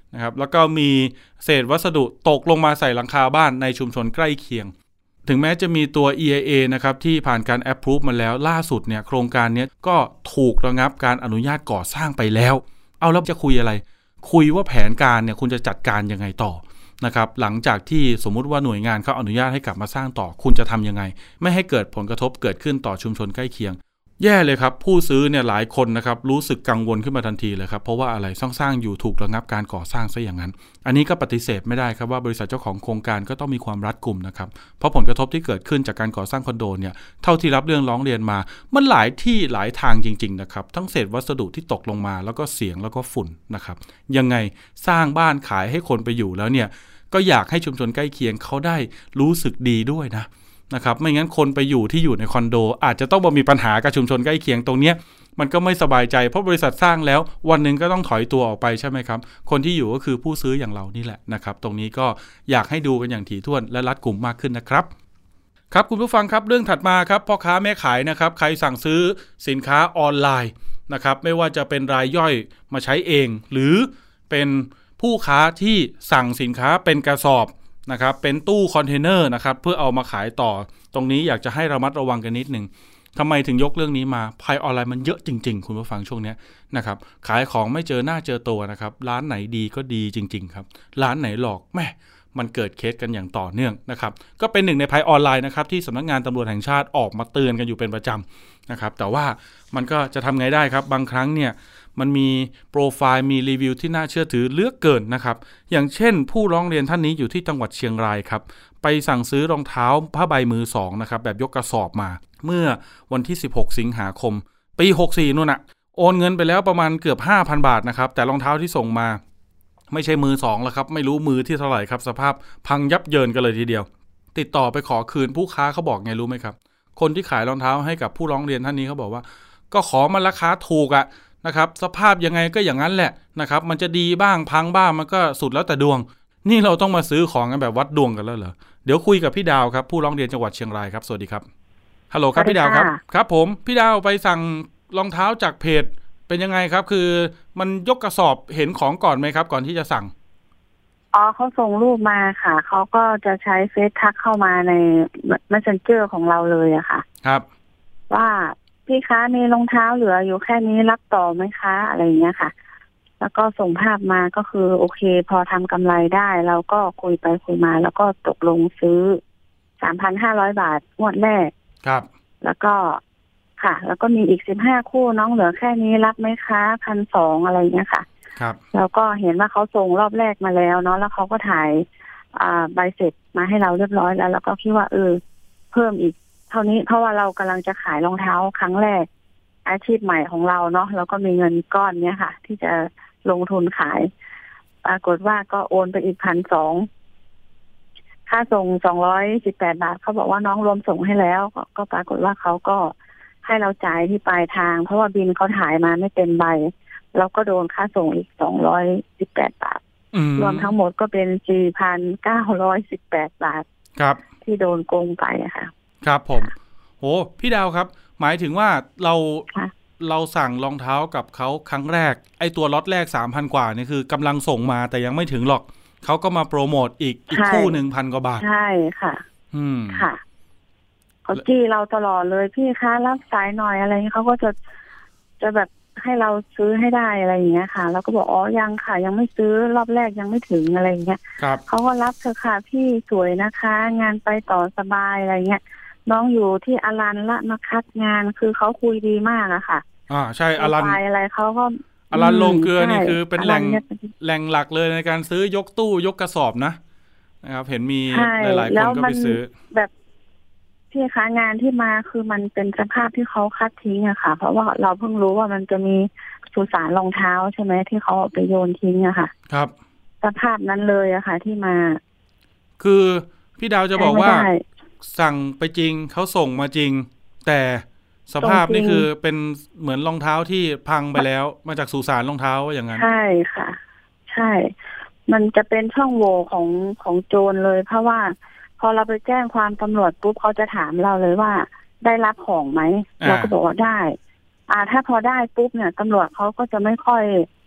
นะครับแล้วก็มีเศษวัสดุตกลงมาใส่หลังคาบ้านในชุมชนใกล้เคียงถึงแม้จะมีตัว อี ไอ เอ นะครับที่ผ่านการ approve มาแล้วล่าสุดเนี่ยโครงการนี้ก็ถูกระงับการอนุญาตก่อสร้างไปแล้วเอาแล้วจะคุยอะไรคุยว่าแผนการเนี่ยคุณจะจัดการยังไงต่อนะครับหลังจากที่สมมุติว่าหน่วยงานเขาอนุญาตให้กลับมาสร้างต่อคุณจะทำยังไงไม่ให้เกิดผลกระทบเกิดขึ้นต่อชุมชนใกล้เคียงแย่เลยครับผู้ซื้อเนี่ยหลายคนนะครับรู้สึกกังวลขึ้นมาทันทีเลยครับเพราะว่าอะไรสร้างๆอยู่ถูกระงับการก่อสร้างซะอย่างนั้นอันนี้ก็ปฏิเสธไม่ได้ครับว่าบริษัทเจ้าของโครงการก็ต้องมีความรัดกุมนะครับเพราะผลกระทบที่เกิดขึ้นจากการก่อสร้างคอนโดเนี่ยเท่าที่รับเรื่องร้องเรียนมามันหลายที่หลายทางจริงๆนะครับทั้งเศษวัสดุที่ตกลงมาแล้วก็เสียงแล้วก็ฝุ่นนะครับยังไงสร้างบ้านขายให้คนไปอยู่แล้วเนี่ยก็อยากให้ชุมชนใกล้เคียงเขาได้รู้สึกดีด้วยนะนะครับไม่งั้นคนไปอยู่ที่อยู่ในคอนโดอาจจะต้องมีปัญหากับชุมชนใกล้เคียงตรงเนี้ยมันก็ไม่สบายใจเพราะบริษัทสร้างแล้ววันนึงก็ต้องถอยตัวออกไปใช่ไหมครับคนที่อยู่ก็คือผู้ซื้ออย่างเรานี่แหละนะครับตรงนี้ก็อยากให้ดูกันอย่างถี่ถ้วนและรัดกุมมากขึ้นนะครับครับคุณผู้ฟังครับเรื่องถัดมาครับพ่อค้าแม่ขายนะครับใครสั่งซื้อสินค้าออนไลน์นะครับไม่ว่าจะเป็นรายย่อยมาใช้เองหรือเป็นผู้ค้าที่สั่งสินค้าเป็นกระสอบนะครับเป็นตู้คอนเทนเนอร์นะครับเพื่อเอามาขายต่อตรงนี้อยากจะให้ระมัดระวังกันนิดนึงทำไมถึงยกเรื่องนี้มาภัยออนไลน์มันเยอะจริงๆคุณผู้ฟังช่วงนี้นะครับขายของไม่เจอหน้าเจอตัวนะครับร้านไหนดีก็ดีจริงๆครับร้านไหนหลอกแม่มันเกิดเคสกันอย่างต่อเนื่องนะครับก็เป็นหนึ่งในภัยออนไลน์นะครับที่สำนักงานตำรวจแห่งชาติออกมาเตือนกันอยู่เป็นประจำนะครับแต่ว่ามันก็จะทำไงได้ครับบางครั้งเนี่ยมันมีโปรไฟล์มีรีวิวที่น่าเชื่อถือเหลือเกินนะครับอย่างเช่นผู้ร้องเรียนท่านนี้อยู่ที่จังหวัดเชียงรายครับไปสั่งซื้อรองเท้าผ้าใบมือสองนะครับแบบยกกระสอบมาเมื่อวันที่สิบหกสิงหาคมปีหกสิบสี่นู่นน่ะโอนเงินไปแล้วประมาณเกือบ ห้าพัน บาทนะครับแต่รองเท้าที่ส่งมาไม่ใช่มือสองแล้วครับไม่รู้มือที่เท่าไหร่ครับสภาพพังยับเยินกันเลยทีเดียวติดต่อไปขอคืนผู้ค้าเขาบอกไงรู้ไหมครับคนที่ขายรองเท้าให้กับผู้ร้องเรียนท่านนี้เขาบอกว่าก็ขอมาราคาถูกอะนะครับสภาพยังไงก็อย่างนั้นแหละนะครับมันจะดีบ้างพังบ้างมันก็สุดแล้วแต่ดวงนี่เราต้องมาซื้อของกันแบบวัดดวงกันแล้วเหรอเดี๋ยวคุยกับพี่ดาวครับผู้ร้องเรียนจังหวัดเชียงรายครับสวัสดีครับฮัลโหลครับพี่ดาวครับครับผมพี่ดาวไปสั่งรองเท้าจากเพจเป็นยังไงครับคือมันยกกระสอบเห็นของก่อนไหมครับก่อนที่จะสั่งอ๋อเขาส่งรูปมาค่ะเขาก็จะใช้เฟซทักเข้ามาใน Messenger ของเราเลยอะค่ะครับว่าพี่คะมีรองเท้าเหลืออยู่แค่นี้รับต่อไหมคะอะไรอย่างเงี้ยค่ะแล้วก็ส่งภาพมาก็คือโอเคพอทำกำไรได้เราก็คุยไปคุยมาแล้วก็ตกลงซื้อ สามพันห้าร้อย บาทงวดแรกครับแล้วก็ค่ะแล้วก็มีอีกสิบห้าคู่น้องเหลือแค่นี้รับไหมคะ หนึ่งพันสองร้อย อะไรอย่างเงี้ยค่ะครับแล้วก็เห็นว่าเขาส่งรอบแรกมาแล้วเนาะแล้วเขาก็ถ่ายอ่าใบเสร็จมาให้เราเรียบร้อยแล้วแล้วก็คิดว่าเออเพิ่มอีกเท่านี้เพราะว่าเรากำลังจะขายรองเท้าครั้งแรกอาชีพใหม่ของเราเนาะแล้วก็มีเงินก้อนเนี้ยค่ะที่จะลงทุนขายปรากฏว่าก็โอนไปอีก หนึ่งพันสองร้อย ค่าส่งสองร้อยสิบแปดบาทเขาบอกว่าน้องรวมส่งให้แล้วก็ปรากฏว่าเขาก็ให้เราจ่ายที่ปลายทางเพราะว่าบิลเขาถ่ายมาไม่เต็มใบเราก็โดนค่าส่งอีกสองร้อยสิบแปดบาทรวมทั้งหมดก็เป็น สี่พันเก้าร้อยสิบแปด บาทครับที่โดนโกงไปค่ะครับผมโหพี่ดาวครับหมายถึงว่าเราเราสั่งรองเท้ากับเขาครั้งแรกไอ้ตัวล็อตแรก สามพัน กว่านี่คือกำลังส่งมาแต่ยังไม่ถึงหรอกเขาก็มาโปรโมทอีกอีกคู่ หนึ่งพัน กว่าบาทใช่ค่ะอืมค่ะเขาจี้เราตลอดเลยพี่คะรับสายหน่อยอะไรเงี้ยเขาก็จะจะแบบให้เราซื้อให้ได้อะไรอย่างเงี้ยค่ะแล้วก็บอกอ๋อยังค่ะยังไม่ซื้อรอบแรกยังไม่ถึงอะไรเงี้ยเขาก็รับเถอะค่ะพี่สวยนะคะงานไปต่อสบายอะไรเงี้ยน้องอยู่ที่อลันละมาคัดงานคือเขาคุยดีมากอะค่ะอ่าใช่อลันอะไรเขาก็อลันลงเกลือนี่คือเป็นแหล่งแหล่งหลักเลยในการซื้อยกตู้ยกกระสอบนะนะครับเห็นมีหลายๆคนก็ไปซื้อแบบที่ค้างานที่มาคือมันเป็นสภาพที่เขาคัดทิ้งอะค่ะเพราะว่าเราเพิ่งรู้ว่ามันจะมีสุสานรองเท้าใช่ไหมที่เขาเอาไปโยนทิ้งอะค่ะครับสภาพนั้นเลยอะค่ะที่มาคือพี่ดาวจะบอกว่าสั่งไปจริงเขาส่งมาจริงแต่สภาพนี่คือเป็นเหมือนรองเท้าที่พังไปแล้วมาจากสุสานรองเท้าว่าอย่างนั้นใช่ค่ะใช่มันจะเป็นช่องโหว่ของของโจรเลยเพราะว่าพอเราไปแจ้งความตำรวจปุ๊บเขาจะถามเราเลยว่าได้รับของไหมเราก็บอกว่าได้อ่าถ้าพอได้ปุ๊บเนี่ยตำรวจเขาก็จะไม่ค่อย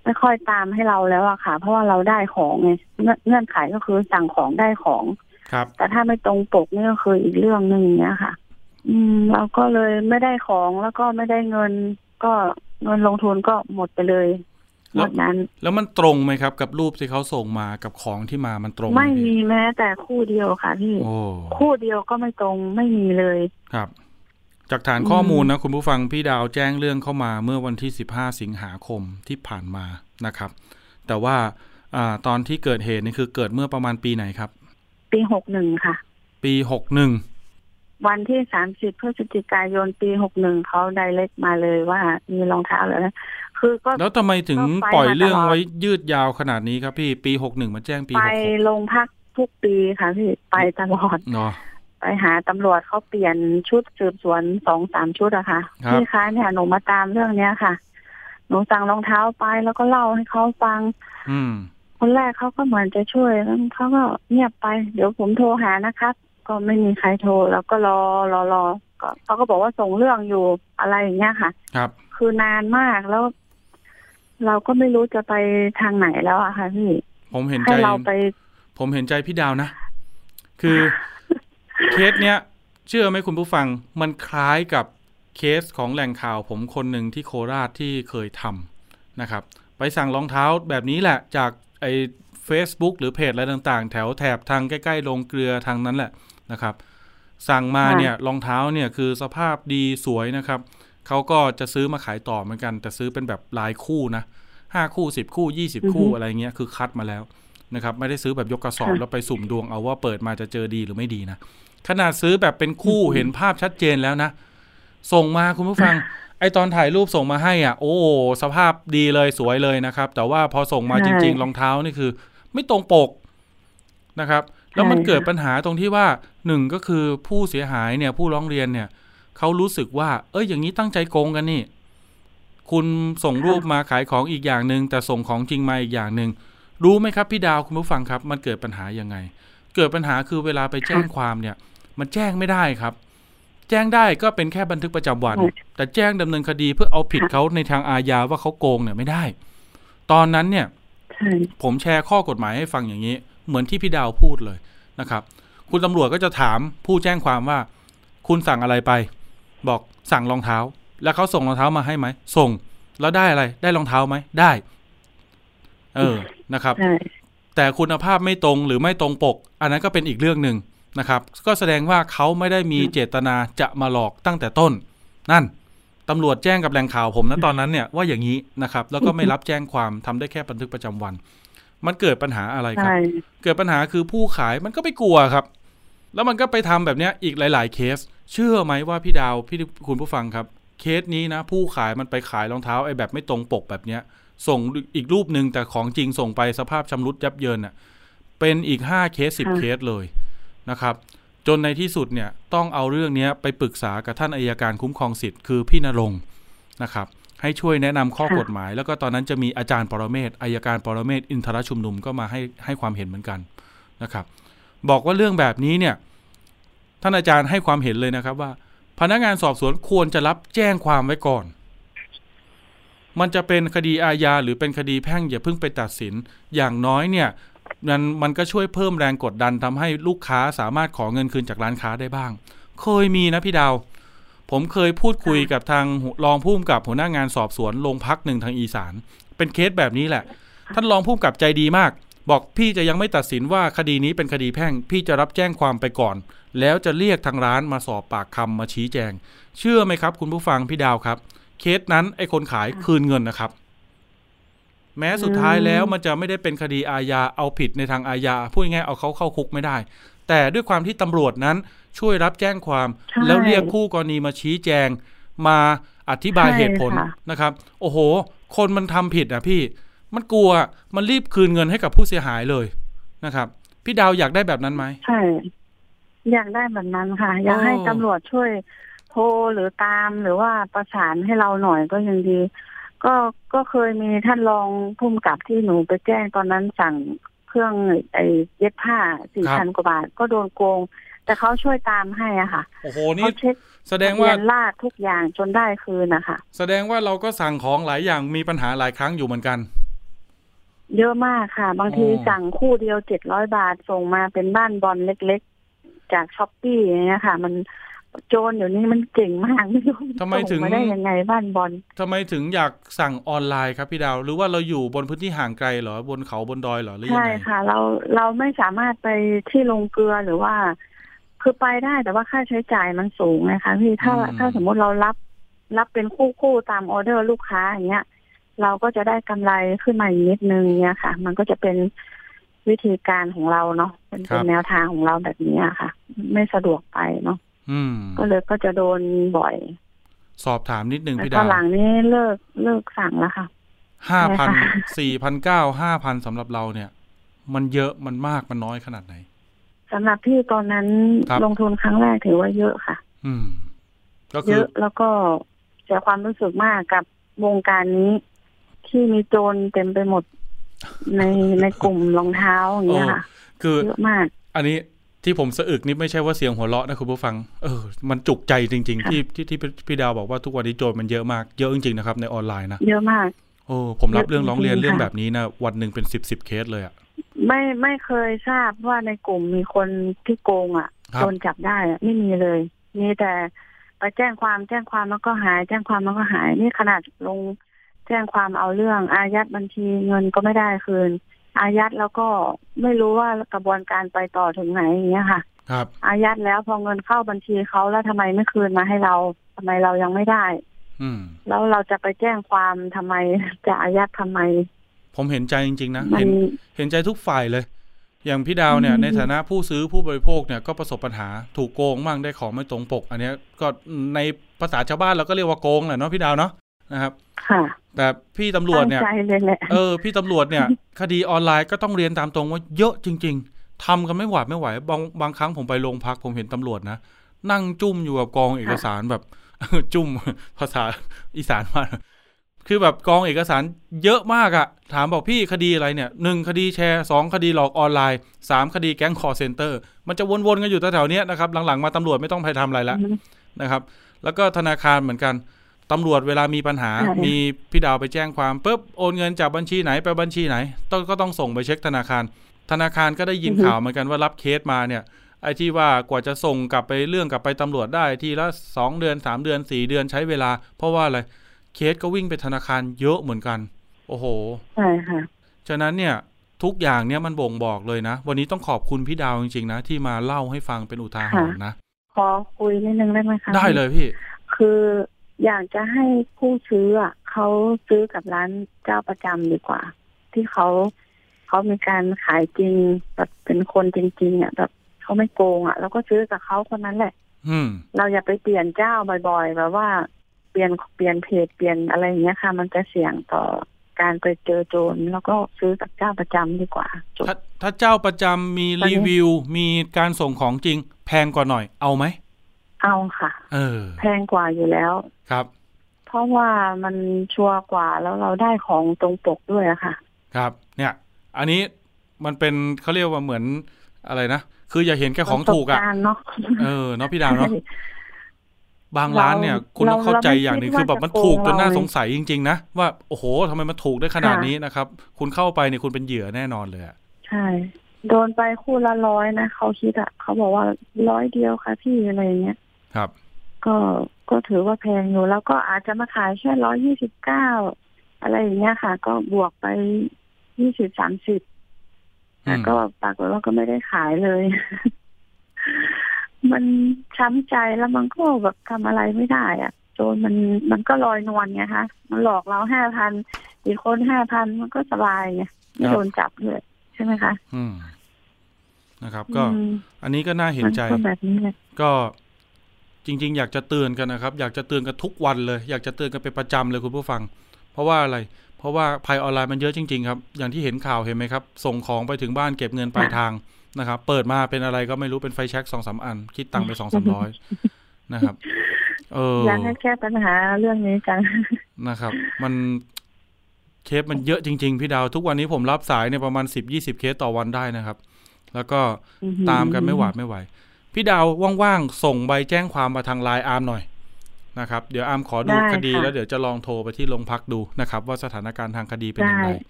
ไม่ค่อยตามให้เราแล้วอะค่ะเพราะว่าเราได้ของไงเงื่อนไขก็คือสั่งของได้ของครับแต่ถ้าไม่ตรงปกนี่ก็คืออีกเรื่องนึงเนี้ยค่ะอืมเราก็เลยไม่ได้ของแล้วก็ไม่ได้เงินก็เงินลงทุนก็หมดไปเลยหมดนั้นแล้วมันตรงไหมครับกับรูปที่เขาส่งมากับของที่มามันตรงไม่มีแม้แต่คู่เดียวค่ะพี่คู่เดียวก็ไม่ตรงไม่มีเลยครับจากฐานข้อมูลนะคุณผู้ฟังพี่ดาวแจ้งเรื่องเข้ามาเมื่อวันที่สิบห้าสิงหาคมที่ผ่านมานะครับแต่ว่าอ่าตอนที่เกิดเหตุนี่คือเกิดเมื่อประมาณปีไหนครับปีหกสิบเอ็ดค่ะปีหกสิบเอ็ดวันที่สามสิบพฤศจิกายนปีหกสิบเอ็ดเขาไดเรกมาเลยว่ามีรองเท้าเลยนะคือก็แล้วทำไมถึงปล่อยเรื่องไว้ยืดยาวขนาดนี้ครับพี่ปีหกสิบเอ็ดมาแจ้งปีหกสิบหกไปโรงพักทุกปีค่ะพี่ไปตลอดเนาะไปหาตำรวจเขาเปลี่ยนชุดสืบสวน สองสาม ชุดอะค่ะพี่คะเนี่ยหนูมาตามเรื่องเนี้ยค่ะหนูสั่งรองเท้าไปแล้วก็เล่าให้เขาฟังอืมคนแรกเขาก็เหมือนจะช่วยแล้วเขาก็เงียบไปเดี๋ยวผมโทรหานะครับก็ไม่มีใครโทรแล้วก็รอรอรอก็เขาก็บอกว่าส่งเรื่องอยู่อะไรอย่างเงี้ยค่ะครับคือนานมากแล้วเราก็ไม่รู้จะไปทางไหนแล้วอะค่ะพี่ผมเห็นใจเราไปผมเห็นใจพี่ดาวนะคือเคสเนี้ยเชื่อไหมคุณผู้ฟังมันคล้ายกับเคสของแหล่งข่าวผมคนหนึ่งที่โคราชที่เคยทำนะครับไปสั่งรองเท้าแบบนี้แหละจากไอ้ Facebook หรือเพจอะไรต่างๆแถวแถบทางใกล้ๆโรงเกลือทางนั้นแหละนะครับสั่งมาเนี่ยรองเท้าเนี่ยคือสภาพดีสวยนะครับเขาก็จะซื้อมาขายต่อเหมือนกันแต่ซื้อเป็นแบบรายคู่นะห้าคู่สิบคู่ยี่สิบคู่อะไรเงี้ยคือคัดมาแล้วนะครับไม่ได้ซื้อแบบยกกระสอบแล้วไปสุ่มดวงเอาว่าเปิดมาจะเจอดีหรือไม่ดีนะขนาดซื้อแบบเป็นคู่เห็นภาพชัดเจนแล้วนะส่งมาคุณผู้ฟังไอตอนถ่ายรูปส่งมาให้อ่ะโอ้สภาพดีเลยสวยเลยนะครับแต่ว่าพอส่งมาจริงๆรองเท้านี่คือไม่ตรงปกนะครับแล้วมันเกิดปัญหาตรงที่ว่าหนึ่งก็คือผู้เสียหายเนี่ยผู้ร้องเรียนเนี่ยเขารู้สึกว่าเอ้ยอย่างนี้ตั้งใจโกงกันนี่คุณส่งรูปมาขายของอีกอย่างนึงแต่ส่งของจริงมาอีกอย่างนึงรู้ไหมครับพี่ดาวคุณผู้ฟังครับมันเกิดปัญหายังไงเกิดปัญหาคือเวลาไปแจ้งความเนี่ยมันแจ้งไม่ได้ครับแจ้งได้ก็เป็นแค่บันทึกประจำวันแต่แจ้งดำเนินคดีเพื่อเอาผิดเขาในทางอาญาว่าเขาโกงเนี่ยไม่ได้ตอนนั้นเนี่ยผมแชร์ข้อกฎหมายให้ฟังอย่างนี้เหมือนที่พี่ดาวพูดเลยนะครับคุณตำรวจก็จะถามผู้แจ้งความว่าคุณสั่งอะไรไปบอกสั่งรองเท้าแล้วเขาส่งรองเท้ามาให้ไหมส่งแล้วได้อะไรได้รองเท้าไหมได้เออนะครับแต่คุณภาพไม่ตรงหรือไม่ตรงปกอันนั้นก็เป็นอีกเรื่องนึงนะครับก็แสดงว่าเขาไม่ได้มีเจตนาจะมาหลอกตั้งแต่ต้นนั่นตำรวจแจ้งกับแหล่งข่าวผมนะตอนนั้นเนี่ยว่าอย่างนี้นะครับแล้วก็ไม่รับแจ้งความทำได้แค่บันทึกประจำวันมันเกิดปัญหาอะไรครับเกิดปัญหาคือผู้ขายมันก็ไม่กลัวครับแล้วมันก็ไปทำแบบนี้อีกหลายๆเคสเชื่อไหมว่าพี่ดาวพี่คุณผู้ฟังครับเคสนี้นะผู้ขายมันไปขายรองเท้าไอ้แบบไม่ตรงปกแบบเนี้ยส่งอีกรูปนึงแต่ของจริงส่งไปสภาพชำรุดยับเยินน่ะเป็นอีกห้าเคสสิบเคสเลยนะครับจนในที่สุดเนี่ยต้องเอาเรื่องนี้ไปปรึกษากับท่านอัยการคุ้มครองสิทธิ์คือพี่ณรงค์นะครับให้ช่วยแนะนำข้อกฎหมายแล้วก็ตอนนั้นจะมีอาจารย์ปรเมศอัยการปรเมศอินทรชุมนุมก็มาให้ให้ความเห็นเหมือนกันนะครับบอกว่าเรื่องแบบนี้เนี่ยท่านอาจารย์ให้ความเห็นเลยนะครับว่าพนักงานสอบสวนควรจะรับแจ้งความไว้ก่อนมันจะเป็นคดีอาญาหรือเป็นคดีแพ่งอย่าเพิ่งไปตัดสินอย่างน้อยเนี่ยมันมันก็ช่วยเพิ่มแรงกดดันทำให้ลูกค้าสามารถขอเงินคืนจากร้านค้าได้บ้างเคยมีนะพี่ดาวผมเคยพูดคุยกับทางรองผู้กำกับหัวหน้างานสอบสวนโรงพักหนึ่งทางอีสานเป็นเคสแบบนี้แหละท่านรองผู้กำกับใจดีมากบอกพี่จะยังไม่ตัดสินว่าคดีนี้เป็นคดีแพ่งพี่จะรับแจ้งความไปก่อนแล้วจะเรียกทางร้านมาสอบปากคำมาชี้แจงเชื่อไหมครับคุณผู้ฟังพี่ดาวครับเคสนั้นไอ้คนขายคืนเงินนะครับแม้สุดท้ายแล้วมันจะไม่ได้เป็นคดีอาญาเอาผิดในทางอาญาพูดง่ายๆเอาเขาเข้าคุกไม่ได้แต่ด้วยความที่ตำรวจนั้นช่วยรับแจ้งความแล้วเรียกคู่กรณีมาชี้แจงมาอธิบายเหตุผลนะครับโอ้โหคนมันทำผิดอ่ะพี่มันกลัวมันรีบคืนเงินให้กับผู้เสียหายเลยนะครับพี่ดาวอยากได้แบบนั้นไหมใช่อยากได้แบบนั้นค่ะอยากให้ตำรวจช่วยโทรหรือตามหรือว่าประสานให้เราหน่อยก็ยังดีก็ก็เคยมีท่านรองผู้กำกับที่หนูไปแจ้งตอนนั้นสั่งเครื่องไอ้เย็บผ้า สี่พัน กว่าบาทก็โดนโกงแต่เขาช่วยตามให้อ่ะค่ะโอ้โหนี่แสดงว่าลาดทุกอย่างจนได้คืนนะคะแสดงว่าเราก็สั่งของหลายอย่างมีปัญหาหลายครั้งอยู่เหมือนกันเยอะมากค่ะบางทีสั่งคู่เดียวเจ็ดร้อยบาทส่งมาเป็นบ้านบอลเล็กๆจากช้อปปี้อย่างเงี้ยค่ะมันโจรเดี๋ยวนี้มันเก่งมากไม่รู้ทำไมถึงมาได้ยังไงบ้านบอลทำไมถึงอยากสั่งออนไลน์ครับพี่ดาวหรือว่าเราอยู่บนพื้นที่ห่างไกลเหรอบนเขาบนดอยเหรอหรือยังไงใช่ค่ะเราเราไม่สามารถไปที่โรงเกลือหรือว่าคือไปได้แต่ว่าค่าใช้จ่ายมันสูงนะคะพี่ถ้าถ้าสมมติเรารับรับเป็นคู่คู่ตามออเดอร์ลูกค้าอย่างเงี้ยเราก็จะได้กำไรขึ้นมาอีกนิดนึงเนี่ยค่ะมันก็จะเป็นวิธีการของเราเนาะเป็นเป็นแนวทางของเราแบบนี้ค่ะไม่สะดวกไปเนาะก็เลยก็จะโดนบ่อยสอบถามนิดนึงพี่ดาวหลังนี้เลิกเลิกสั่งแล้วค่ะห้าพันสี่พันเก้าห้าพันสำหรับเราเนี่ยมันเยอะมันมากมันน้อยขนาดไหนสำหรับพี่ตอนนั้นลงทุนครั้งแรกถือว่าเยอะค่ะอืมก็คือเยอะแล้วก็เสียความรู้สึกมากกับวงการนี้ที่มีโจรเต็มไปหมดในในกลุ่มรองเท้าอย่างเงี้ยค่ะคือเยอะมากอันนี้ที่ผมสะอึกนี่ไม่ใช่ว่าเสียงหัวเราะนะคุณผู้ฟังเออมันจุกใจจริงๆที่ที่ที่พี่ดาวบอกว่าทุกวันนี้โจรมันเยอะมากเยอะจริงๆนะครับในออนไลน์นะเยอะมากโอ้ผมรับเรื่องร้องเรียนเรื่องแบบนี้นะวันหนึ่งเป็นสิบสิบเคสเลยอ่ะไม่ไม่เคยทราบว่าในกลุ่มมีคนที่โกงอ่ะโดนจับได้อ่ะไม่มีเลยมีแต่ไปแจ้งความแจ้งความแล้วก็หายแจ้งความแล้วก็หายนี่ขนาดลงแจ้งความเอาเรื่องอายัดบัญชีเงินก็ไม่ได้คืนอายัดแล้วก็ไม่รู้ว่ากระบวนการไปต่อถึงไหนอย่างเงี้ยค่ะครับอายัดแล้วพอเงินเข้าบัญชีเขาแล้วทำไมไม่คืนมาให้เราทำไมเรายังไม่ได้อืมแล้วเราจะไปแจ้งความทำไมจะอายัดทำไมผมเห็นใจจริงๆนะเห็นเห็นใจทุกฝ่ายเลยอย่างพี่ดาวเนี่ยในฐานะผู้ซื้อผู้บริโภคเนี่ยก็ประสบปัญหาถูกโกงมั่งได้ของไม่ตรงปกอันนี้ก็ในภาษาชาวบ้านเราก็เรียกว่าโกงแหละเนาะพี่ดาวเนาะนะครับค่ะแต่พี่ตำรวจเนี่ยเออพี่ตำรวจเนี่ยคดีออนไลน์ก็ต้องเรียนตามตรงว่าเยอะจริงๆทำกันไม่หวาดไม่ไหวบางบางครั้งผมไปโรงพักผมเห็นตำรวจนะนั่งจุ่มอยู่กับกองเอกสารแบบจุ่มภาษาอีสานว่าคือแบบกองเอกสารเยอะมากอะถามบอกพี่คดีอะไรเนี่ยหนึ่งคดีแชร์สองคดีหลอกออนไลน์สามคดีแก๊งคอลเซ็นเตอร์มันจะวนๆกันอยู่แถวๆนี้นะครับหลังๆมาตำรวจไม่ต้องไปทำอะไรแล้วนะครับแล้วก็ธนาคารเหมือนกันตำรวจเวลามีปัญหามีพี่ดาวไปแจ้งความปุ๊บโอนเงินจากบัญชีไหนไปบัญชีไหนต้องก็ต้องส่งไปเช็คธนาคารธนาคารก็ได้ยินข่าวเหมือนกันว่ารับเคสมาเนี่ยไอ้ที่ว่ากว่าจะส่งกลับไปเรื่องกลับไปตำรวจได้ทีละสองเดือนสามเดือนสี่เดือนใช้เวลาเพราะว่าอะไรเคสก็วิ่งไปธนาคารเยอะเหมือนกันโอ้โหใช่ค่ะฉะนั้นเนี่ยทุกอย่างเนี่ยมันบ่งบอกเลยนะวันนี้ต้องขอบคุณพี่ดาวจริงๆนะที่มาเล่าให้ฟังเป็นอุทาหรณ์นะขอคุยนิดนึงได้ไหมคะได้เลยพี่คืออยากจะให้ผู้ซื้ออ่ะเขาซื้อกับร้านเจ้าประจำดีกว่าที่เขาเขามีการขายจริงแบบเป็นคนจริงๆอ่ะแบบเขาไม่โกงอ่ะแล้วก็ซื้อกับเขาคนนั้นแหละเราอย่าไปเปลี่ยนเจ้าบ่อยๆแบบว่าเปลี่ยนเปลี่ยนเพจเปลี่ยนอะไรอย่างเงี้ยค่ะมันจะเสี่ยงต่อการไปเจอโจรแล้วก็ซื้อกับเจ้าประจำดีกว่าถ้าถ้าเจ้าประจำมีรีวิวมีการส่งของจริงแพงกว่าหน่อยเอาไหมเอาค่ะเออแพงกว่าอยู่แล้วครับเพราะว่ามันชัวร์กว่าแล้วเราได้ของตรงปกด้วยอะค่ะครับเนี่ยอันนี้มันเป็นเขาเรียกว่าเหมือนอะไรนะคืออย่าเห็นแค่ของถูกอ่ะเออเนาะพี่ดาวเนาะบางร้านเนี่ยคุณต้องเข้าใจอย่างนึงคือแบบมันถูกจนน่าสงสัยจริงๆนะว่าโอ้โหทำไมมันถูกได้ขนาดนี้นะครับคุณเข้าไปเนี่ยคุณเป็นเหยื่อแน่นอนเลยอ่ะใช่โดนไปคู่ละร้อยนะเขาคิดอ่ะเขาบอกว่าร้อยเดียวค่ะพี่อะไรเงี้ยครับก็ก็ถือว่าแพงอยู่แล้วก็อาจจะมาขายแค่ร้อยยี่สิบเก้าอะไรอย่างเงี้ยค่ะก็บวกไปยี่สิบสามสิบแต่ก็ปรากฏว่าก็ไม่ได้ขายเลยมันช้ำใจแล้วมันก็แบบทำอะไรไม่ได้อ่ะโจรมันมันก็ลอยนวลไงคะมันหลอกเราห้าพันอีกคนห้าพันมันก็สบายไงไม่โดนจับเลยใช่ไหมคะอืมนะครับก็อันนี้ก็น่าเห็นใจก็จริงๆอยากจะเตือนกันนะครับอยากจะเตือนกันทุกวันเลยอยากจะเตือนกันเป็นประจำเลยคุณผู้ฟังเพราะว่าอะไรเพราะว่าภัยออนไลน์มันเยอะจริงๆครับอย่างที่เห็นข่าวเห็นไหมครับส่งของไปถึงบ้านเก็บเงินปลายทางนะครับเปิดมาเป็นอะไรก็ไม่รู้เป็นไฟแช็ก สองสาม อันคิดตังค์ไป สองสามร้อย นะครับเอออยากให้แก้ปัญหาเรื่องนี้จังนะครับมันเคสมันเยอะจริงๆพี่ดาวทุกวันนี้ผมรับสายเนี่ยประมาณ สิบยี่สิบ เคสต่อวันได้นะครับแล้วก็ตามกันไม่หวาดไม่ไหวพี่ดาวว่างๆส่งใบแจ้งความมาทางไลน์อาร์มหน่อยนะครับเดี๋ยวอาร์มขอดูคดีแล้วเดี๋ยวจะลองโทรไปที่โรงพักดูนะครับว่าสถานการณ์ทางคดีเป็นยังไงเ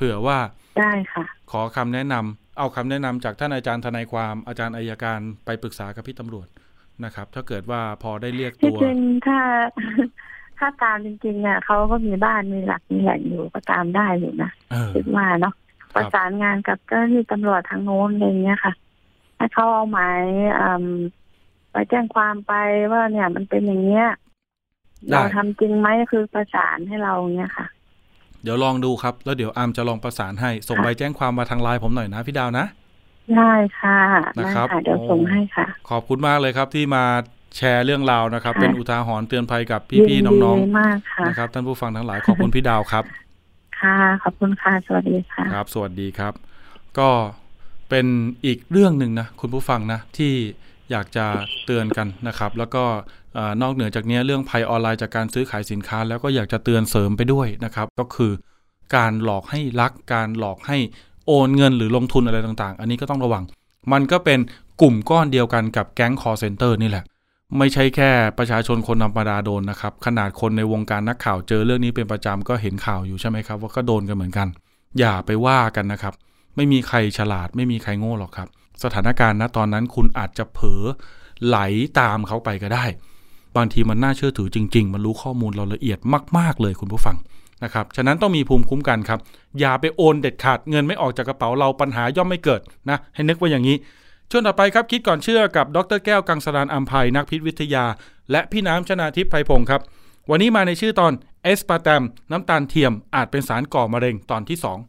ผื่อว่าได้ค่ะขอคำแนะนำเอาคำแนะนำจากท่านอาจารย์ทนายความอาจารย์อัยการไปปรึกษากับพี่ตำรวจนะครับถ้าเกิดว่าพอได้เรียกตัวจริงๆถ้าถ้าตามจริงๆเนี่ยเขาก็มีบ้านมีหลักมีแหล่งอยู่ก็ตามได้อยู่นะคิดว่าเนาะประสานงานกับเจ้าหน้าที่ตำรวจทางโน้นอะไรเงี้ยค่ะให้เขาเอาหมายไปแจ้งความไปว่าเนี่ยมันเป็นอย่างเงี้ยเราทำจริงไหมคือประสานให้เราเงี้ยค่ะเดี๋ยวลองดูครับแล้วเดี๋ยวอาร์มจะลองประสานให้ส่งใบแจ้งความมาทางไลน์ผมหน่อยนะพี่ดาวนะได้ค่ะนะครับเดี๋ยวส่งให้ค่ะขอบคุณมากเลยครับที่มาแชร์เรื่องราวนะครับเป็นอุทาหรณ์เตือนภัยกับพี่ๆน้องๆนะครับท่านผู้ฟังทั้งหลายขอบคุณพี่ดาวครับค่ะขอบคุณค่ะสวัสดีค่ะครับสวัสดีครับก็เป็นอีกเรื่องนึงนะคุณผู้ฟังนะที่อยากจะเตือนกันนะครับแล้วก็นอกเหนือจากนี้เรื่องภัยออนไลน์จากการซื้อขายสินค้าแล้วก็อยากจะเตือนเสริมไปด้วยนะครับก็คือการหลอกให้รักการหลอกให้โอนเงินหรือลงทุนอะไรต่างๆอันนี้ก็ต้องระวังมันก็เป็นกลุ่มก้อนเดียวกันกับแก๊ง call center นี่แหละไม่ใช่แค่ประชาชนคนธรรมดาโดนนะครับขนาดคนในวงการนักข่าวเจอเรื่องนี้เป็นประจำก็เห็นข่าวอยู่ใช่ไหมครับว่าก็โดนกันเหมือนกันอย่าไปว่ากันนะครับไม่มีใครฉลาดไม่มีใครโง่หรอกครับสถานการณ์ณตอนนั้นคุณอาจจะเผลอไหลตามเขาไปก็ได้บางทีมันน่าเชื่อถือจริงๆมันรู้ข้อมูลเราละเอียดมากๆเลยคุณผู้ฟังนะครับฉะนั้นต้องมีภูมิคุ้มกันครับอย่าไปโอนเด็ดขาดเงินไม่ออกจากกระเป๋าเราปัญหาย่อมไม่เกิดนะให้นึกไว้อย่างนี้ช่วงต่อไปครับคิดก่อนเชื่อกับดร.แก้วกังสดาลอำไพนักพิษวิทยาและพี่น้ำชนาทิพย์ไพพงศ์ครับวันนี้มาในชื่อตอนเอสปาร์แตมน้ำตาลเทียมอาจเป็นสารก่อมะเร็งตอนที่สอง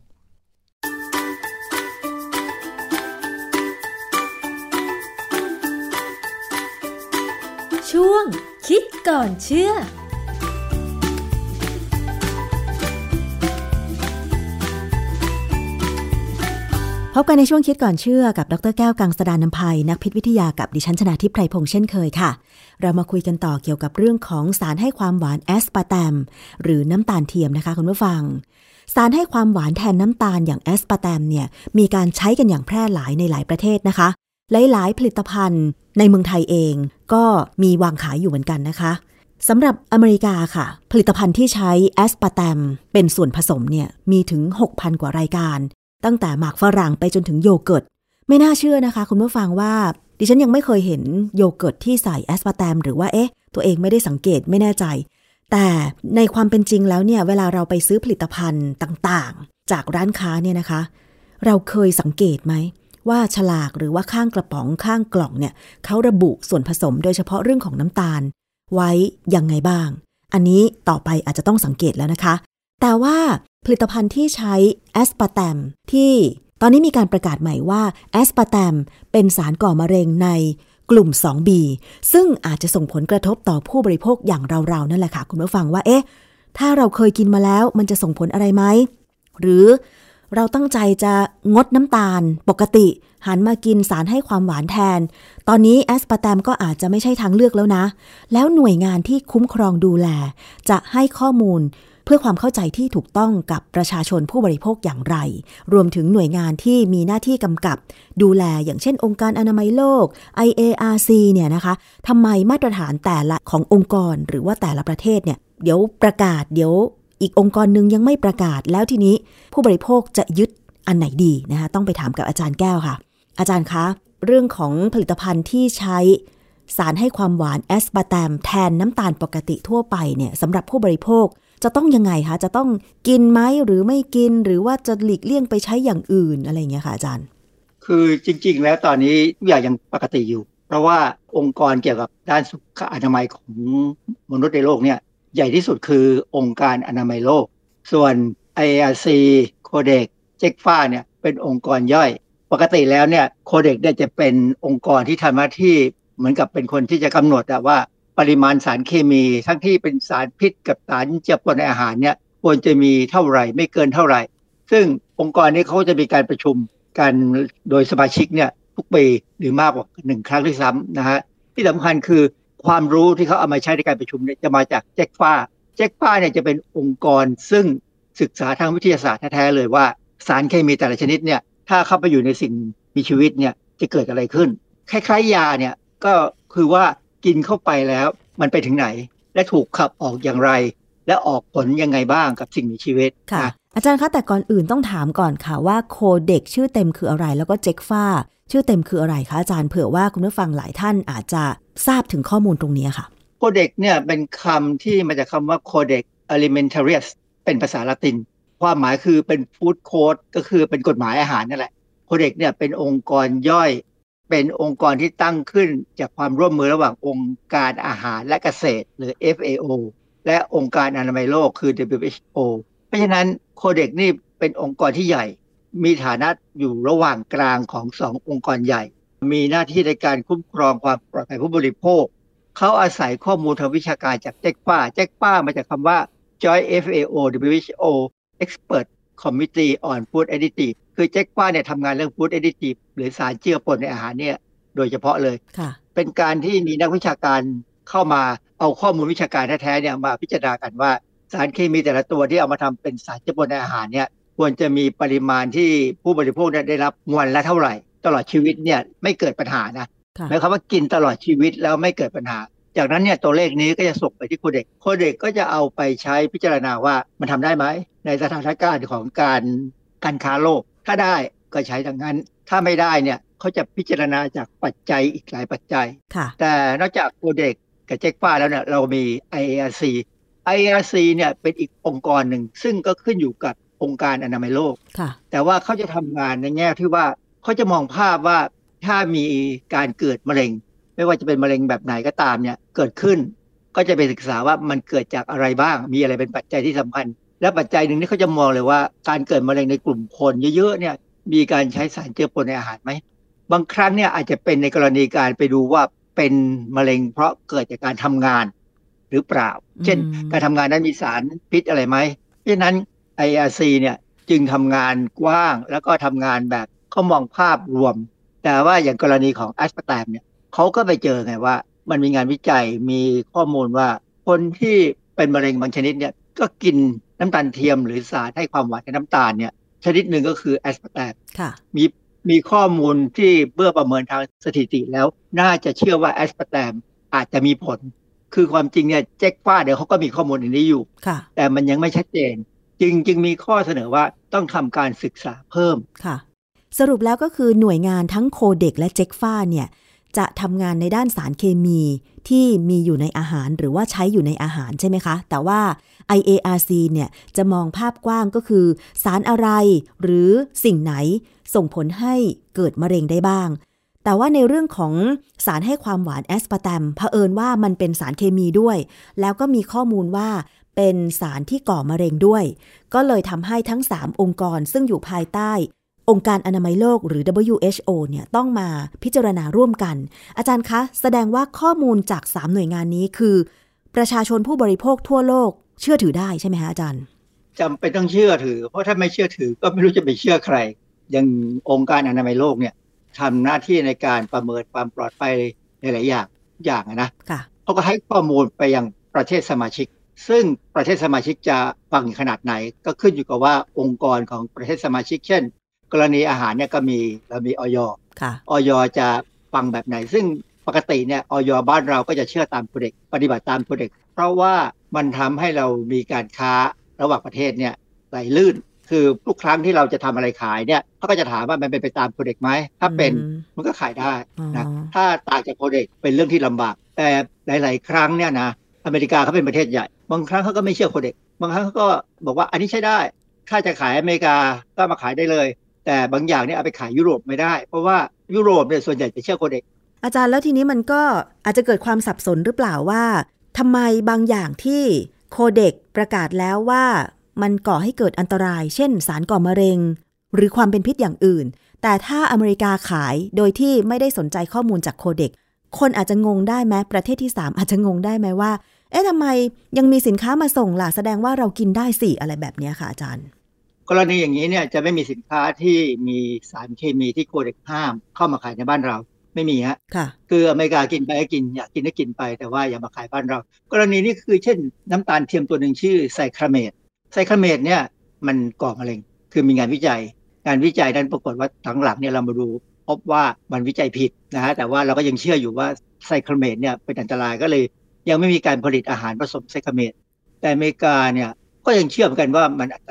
ช่วงคิดก่อนเชื่อพบกันในช่วงคิดก่อนเชื่อกับดร.แก้วกังสดาลอำไพนักพิษวิทยากับดิฉันชนาทิพย์ไพพงษ์เช่นเคยค่ะเรามาคุยกันต่อเกี่ยวกับเรื่องของสารให้ความหวานแอสปาร์แตมหรือน้ำตาลเทียมนะคะคุณผู้ฟังสารให้ความหวานแทนน้ำตาลอย่างแอสปาร์แตมเนี่ยมีการใช้กันอย่างแพร่หลายในหลายประเทศนะคะหลายๆผลิตภัณฑ์ในเมืองไทยเองก็มีวางขายอยู่เหมือนกันนะคะสำหรับอเมริกาค่ะผลิตภัณฑ์ที่ใช้แอสปาร์แตมเป็นส่วนผสมเนี่ยมีถึง หกพัน กว่ารายการตั้งแต่หมากฝรั่งไปจนถึงโยเกิร์ตไม่น่าเชื่อนะคะคุณผู้ฟังว่าดิฉันยังไม่เคยเห็นโยเกิร์ตที่ใส่แอสปาร์แตมหรือว่าเอ๊ะตัวเองไม่ได้สังเกตไม่แน่ใจแต่ในความเป็นจริงแล้วเนี่ยเวลาเราไปซื้อผลิตภัณฑ์ต่างๆจากร้านค้าเนี่ยนะคะเราเคยสังเกตไหมว่าฉลากหรือว่าข้างกระป๋องข้างกล่องเนี่ยเขาระบุส่วนผสมโดยเฉพาะเรื่องของน้ำตาลไว้ยังไงบ้างอันนี้ต่อไปอาจจะต้องสังเกตแล้วนะคะแต่ว่าผลิตภัณฑ์ที่ใช้แอสปาร์แตมที่ตอนนี้มีการประกาศใหม่ว่าแอสปาร์แตมเป็นสารก่อมะเร็งในกลุ่ม สองบี ซึ่งอาจจะส่งผลกระทบต่อผู้บริโภคอย่างเราๆนั่นแหละค่ะคุณผู้ฟังว่าเอ๊ะถ้าเราเคยกินมาแล้วมันจะส่งผลอะไรไหมหรือเราตั้งใจจะงดน้ำตาลปกติหันมากินสารให้ความหวานแทนตอนนี้แอสปาร์แตมก็อาจจะไม่ใช่ทางเลือกแล้วนะแล้วหน่วยงานที่คุ้มครองดูแลจะให้ข้อมูลเพื่อความเข้าใจที่ถูกต้องกับประชาชนผู้บริโภคอย่างไรรวมถึงหน่วยงานที่มีหน้าที่กำกับดูแลอย่างเช่นองค์การอนามัยโลก ไอ เอ อาร์ ซี เนี่ยนะคะทำไมมาตรฐานแต่ละขององค์กรหรือว่าแต่ละประเทศเนี่ยเดี๋ยวประกาศเดี๋ยวอีกองค์กรนึงยังไม่ประกาศแล้วทีนี้ผู้บริโภคจะยึดอันไหนดีนะคะต้องไปถามกับอาจารย์แก้วค่ะอาจารย์คะเรื่องของผลิตภัณฑ์ที่ใช้สารให้ความหวานแอสปาร์แตมแทนน้ำตาลปกติทั่วไปเนี่ยสำหรับผู้บริโภคจะต้องยังไงคะจะต้องกินไหมหรือไม่กินหรือว่าจะหลีกเลี่ยงไปใช้อย่างอื่นอะไรอย่างเงี้ยค่ะอาจารย์คือจริงๆแล้วตอนนี้ทุกอย่างยังปกติอยู่เพราะว่าองค์กรเกี่ยวกับด้านสุขอนามัยของมนุษย์ในโลกเนี่ยใหญ่ที่สุดคือองค์การอนามัยโลกส่วน ไอ เอ อาร์ ซี โคเดกเจกฟ้าเนี่ยเป็นองค์กรย่อยปกติแล้วเนี่ยโคเดกเนี่ยจะเป็นองค์กรที่ทำหน้าที่เหมือนกับเป็นคนที่จะกำหนดว่าปริมาณสารเคมีทั้งที่เป็นสารพิษกับสารเจือปนในอาหารเนี่ยควรจะมีเท่าไหร่ไม่เกินเท่าไหร่ซึ่งองค์กรนี้เขาจะมีการประชุมกันโดยสมาชิกเนี่ยทุกปีหรือมากกว่าหนึ่งครั้งด้วยซ้ำนะฮะที่สำคัญคือความรู้ที่เขาเอามาใช้ในการประชุมเนี่ยจะมาจากเจกฟ้าเจกฟ้าเนี่ยจะเป็นองค์กรซึ่งศึกษาทางวิทยาศาสตร์แท้ๆเลยว่าสารเคมีแต่ละชนิดเนี่ยถ้าเข้าไปอยู่ในสิ่งมีชีวิตเนี่ยจะเกิดอะไรขึ้นคล้ายๆยาเนี่ยก็คือว่ากินเข้าไปแล้วมันไปถึงไหนและถูกขับออกอย่างไรและออกผลยังไงบ้างกับสิ่งมีชีวิตค่ะอาจารย์คะแต่ก่อนอื่นต้องถามก่อนค่ะว่าโคเด็กชื่อเต็มคืออะไรแล้วก็เจ็กฟ้าชื่อเต็มคืออะไรคะอาจารย์เผื่อว่าคุณผู้ฟังหลายท่านอาจจะทราบถึงข้อมูลตรงนี้ค่ะโคเด็กเนี่ยเป็นคำที่มาจากคำว่า Codex Alimentarius เป็นภาษาละตินความหมายคือเป็นฟู้ดโค้ดก็คือเป็นกฎหมายอาหารนั่นแหละโคเด็กเนี่ยเป็นองค์กรย่อยเป็นองค์กรที่ตั้งขึ้นจากความร่วมมือระหว่างองค์การอาหารและเกษตรหรือ เอฟ เอ โอ และองค์การอนามัยโลกคือ ดับเบิลยู เอช โอ เพราะฉะนั้นโคเด็กนี่เป็นองค์กรที่ใหญ่มีฐานะอยู่ระหว่างกลางของสององค์กรใหญ่มีหน้าที่ในการคุ้มครองความปลอดภัยผู้บริโภคเขาอาศัยข้อมูลทางวิชาการจากเจ็กป้าเจ็กป้ามาจากคำว่า Joint เอฟ เอ โอ ดับเบิลยู เอช โอ Expert Committee on Food Additive คือเจ็กป้าเนี่ยทำงานเรื่อง Food Additive หรือสารเจือปนในอาหารเนี่ยโดยเฉพาะเลยเป็นการที่มีนักวิชาการเข้ามาเอาข้อมูลวิชาการแท้ๆเนี่ยมาพิจารณากันว่าสารเคมีแต่ละตัวที่เอามาทำเป็นสารเจือปนในอาหารเนี่ยควรจะมีปริมาณที่ผู้บริโภคได้รับวันละเท่าไหร่ตลอดชีวิตเนี่ยไม่เกิดปัญหานะหมายความว่ากินตลอดชีวิตแล้วไม่เกิดปัญหาจากนั้นเนี่ยตัวเลขนี้ก็จะส่งไปที่โคเด็กโคเด็กก็จะเอาไปใช้พิจารณาว่ามันทำได้ไหมในสถานการณ์ของการการค้าโลกถ้าได้ก็ใช้ดังนั้นถ้าไม่ได้เนี่ยเขาจะพิจารณาจากปัจจัยอีกหลายปัจจัยแต่นอกจากโคเด็กกับเจ็กฟ้าแล้วเนี่ยเรามี ไอ เอ อาร์ ซี ไอ เอ อาร์ ซี เนี่ยเป็นอีกองค์กรหนึ่งซึ่งก็ขึ้นอยู่กับองค์การอนามัยโลกแต่ว่าเขาจะทำงานในแง่ที่ว่าเขาจะมองภาพว่าถ้ามีการเกิดมะเร็งไม่ว่าจะเป็นมะเร็งแบบไหนก็ตามเนี่ยเกิดขึ้นก็จะไปศึกษาว่ามันเกิดจากอะไรบ้างมีอะไรเป็นปัจจัยที่สำคัญและปัจจัยหนึ่งที่เขาจะมองเลยว่าการเกิดมะเร็งในกลุ่มคนเยอะๆเนี่ยมีการใช้สารเจือปนในอาหารไหมบางครั้งเนี่ยอาจจะเป็นในกรณีการไปดูว่าเป็นมะเร็งเพราะเกิดจากการทำงานหรือเปล่าเช่นการทำงานนั้นมีสารพิษอะไรไหมเพราะฉะนั้น ไอ อาร์ ซี เนี่ยจึงทำงานกว้างแล้วก็ทำงานแบบเขามองภาพรวมแต่ว่าอย่างกรณีของแอสปาร์ตามเนี่ยเขาก็ไปเจอไงว่ามันมีงานวิจัยมีข้อมูลว่าคนที่เป็นมะเร็งบางชนิดเนี่ยก็กินน้ำตาลเทียมหรือสารให้ความหวานในน้ำตาลเนี่ยชนิดหนึ่งก็คือแอสปาร์ตามมีมีข้อมูลที่เมื่อประเมินทางสถิติแล้วน่าจะเชื่อว่าแอสปาร์ตามอาจจะมีผลคือความจริงเนี่ยเจ็กฟ้าเดี๋ยวเขาก็มีข้อมูลอันนี้อยู่แต่มันยังไม่ชัดเจนจึงจึงมีข้อเสนอว่าต้องทำการศึกษาเพิ่มค่ะสรุปแล้วก็คือหน่วยงานทั้งโคเด็กและเจ็กฟ้าเนี่ยจะทำงานในด้านสารเคมีที่มีอยู่ในอาหารหรือว่าใช้อยู่ในอาหารใช่ไหมคะแต่ว่า ไอ เอ อาร์ ซี เนี่ยจะมองภาพกว้างก็คือสารอะไรหรือสิ่งไหนส่งผลให้เกิดมะเร็งได้บ้างแต่ว่าในเรื่องของสารให้ความหวานแอสปาร์ตามเผอิญว่ามันเป็นสารเคมีด้วยแล้วก็มีข้อมูลว่าเป็นสารที่ก่อมะเร็งด้วยก็เลยทำให้ทั้งสามองค์กรซึ่งอยู่ภายใต้องค์การอนามัยโลกหรือ ดับเบิลยู เอช โอ เนี่ยต้องมาพิจารณาร่วมกันอาจารย์คะแสดงว่าข้อมูลจากสามหน่วยงานนี้คือประชาชนผู้บริโภคทั่วโลกเชื่อถือได้ใช่ไหมคะอาจารย์จำเป็นต้องเชื่อถือเพราะถ้าไม่เชื่อถือก็ไม่รู้จะไปเชื่อใครอย่างองค์การอนามัยโลกเนี่ยทำหน้าที่ในการประเมินความปลอดภัยในหลายอย่างอย่างนะเขาก็ให้ข้อมูลไปยังประเทศสมาชิกซึ่งประเทศสมาชิกจะฟังขนาดไหนก็ขึ้นอยู่กับว่าองค์กรของประเทศสมาชิกเช่นกรณีอาหารเนี่ยก็มีเรามีอย.อย.จะฟังแบบไหนซึ่งปกติเนี่ยอย.บ้านเราก็จะเชื่อตามโคเด็กปฏิบัติตามโคเด็กเพราะว่ามันทำให้เรามีการค้าระหว่างประเทศเนี่ยไหลลื่นคือทุกครั้งที่เราจะทำอะไรขายเนี่ยเขาก็จะถามว่ามันเป็นไปตามโคเด็กไหมถ้าเป็นมันก็ขายได้นะถ้าต่างจากโคเด็กเป็นเรื่องที่ลำบากแต่หลายๆครั้งเนี่ยนะอเมริกาเขาเป็นประเทศใหญ่บางครั้งเขาก็ไม่เชื่อโคเด็กบางครั้งเขาก็บอกว่าอันนี้ใช้ได้ถ้าจะขายอเมริกาก็มาขายได้เลยแต่บางอย่างเนี่ยเอาไปขายยุโรปไม่ได้เพราะว่ายุโรปเนี่ยส่วนใหญ่จะเชื่อโคเด็กอาจารย์แล้วทีนี้มันก็อาจจะเกิดความสับสนหรือเปล่าว่าทำไมบางอย่างที่โคเด็กประกาศแล้วว่ามันก่อให้เกิดอันตรายเช่นสารก่อมะเร็งหรือความเป็นพิษอย่างอื่นแต่ถ้าอเมริกาขายโดยที่ไม่ได้สนใจข้อมูลจากโคเด็กคนอาจจะงงได้ไหมประเทศที่สามอาจจะงงได้ไหมว่าเอ๊ะทำไมยังมีสินค้ามาส่งล่ะแสดงว่าเรากินได้สิอะไรแบบนี้ค่ะอาจารย์กรณีอย่างนี้เนี่ยจะไม่มีสินค้าที่มีสารเคมีที่โคเด็กห้ามเข้ามาขายในบ้านเราไม่มีฮะค่ะคืออเมริกากินไปก็กินอยากกินก็กินไปแต่ว่าอย่ามาขายบ้านเรากรณีนี้คือเช่นน้ำตาลเทียมตัวหนึ่งชื่อไซคลาเมตไซคลาเมตเนี่ยมันก่อมะเร็งคือมีงานวิจัยงานวิจัยนั้นปรากฏว่าหลังๆเนี่ยเรามาดูพบว่ามันวิจัยผิดนะฮะแต่ว่าเราก็ยังเชื่ออยู่ว่าไซคลาเมตเนี่ยเป็นอันตรายก็เลยยังไม่มีการผลิตอาหารผสมไซคลาเมตแต่อเมริกาเนี่ยก็ยังเชื่อเหมือนกันว่ามันอันตราย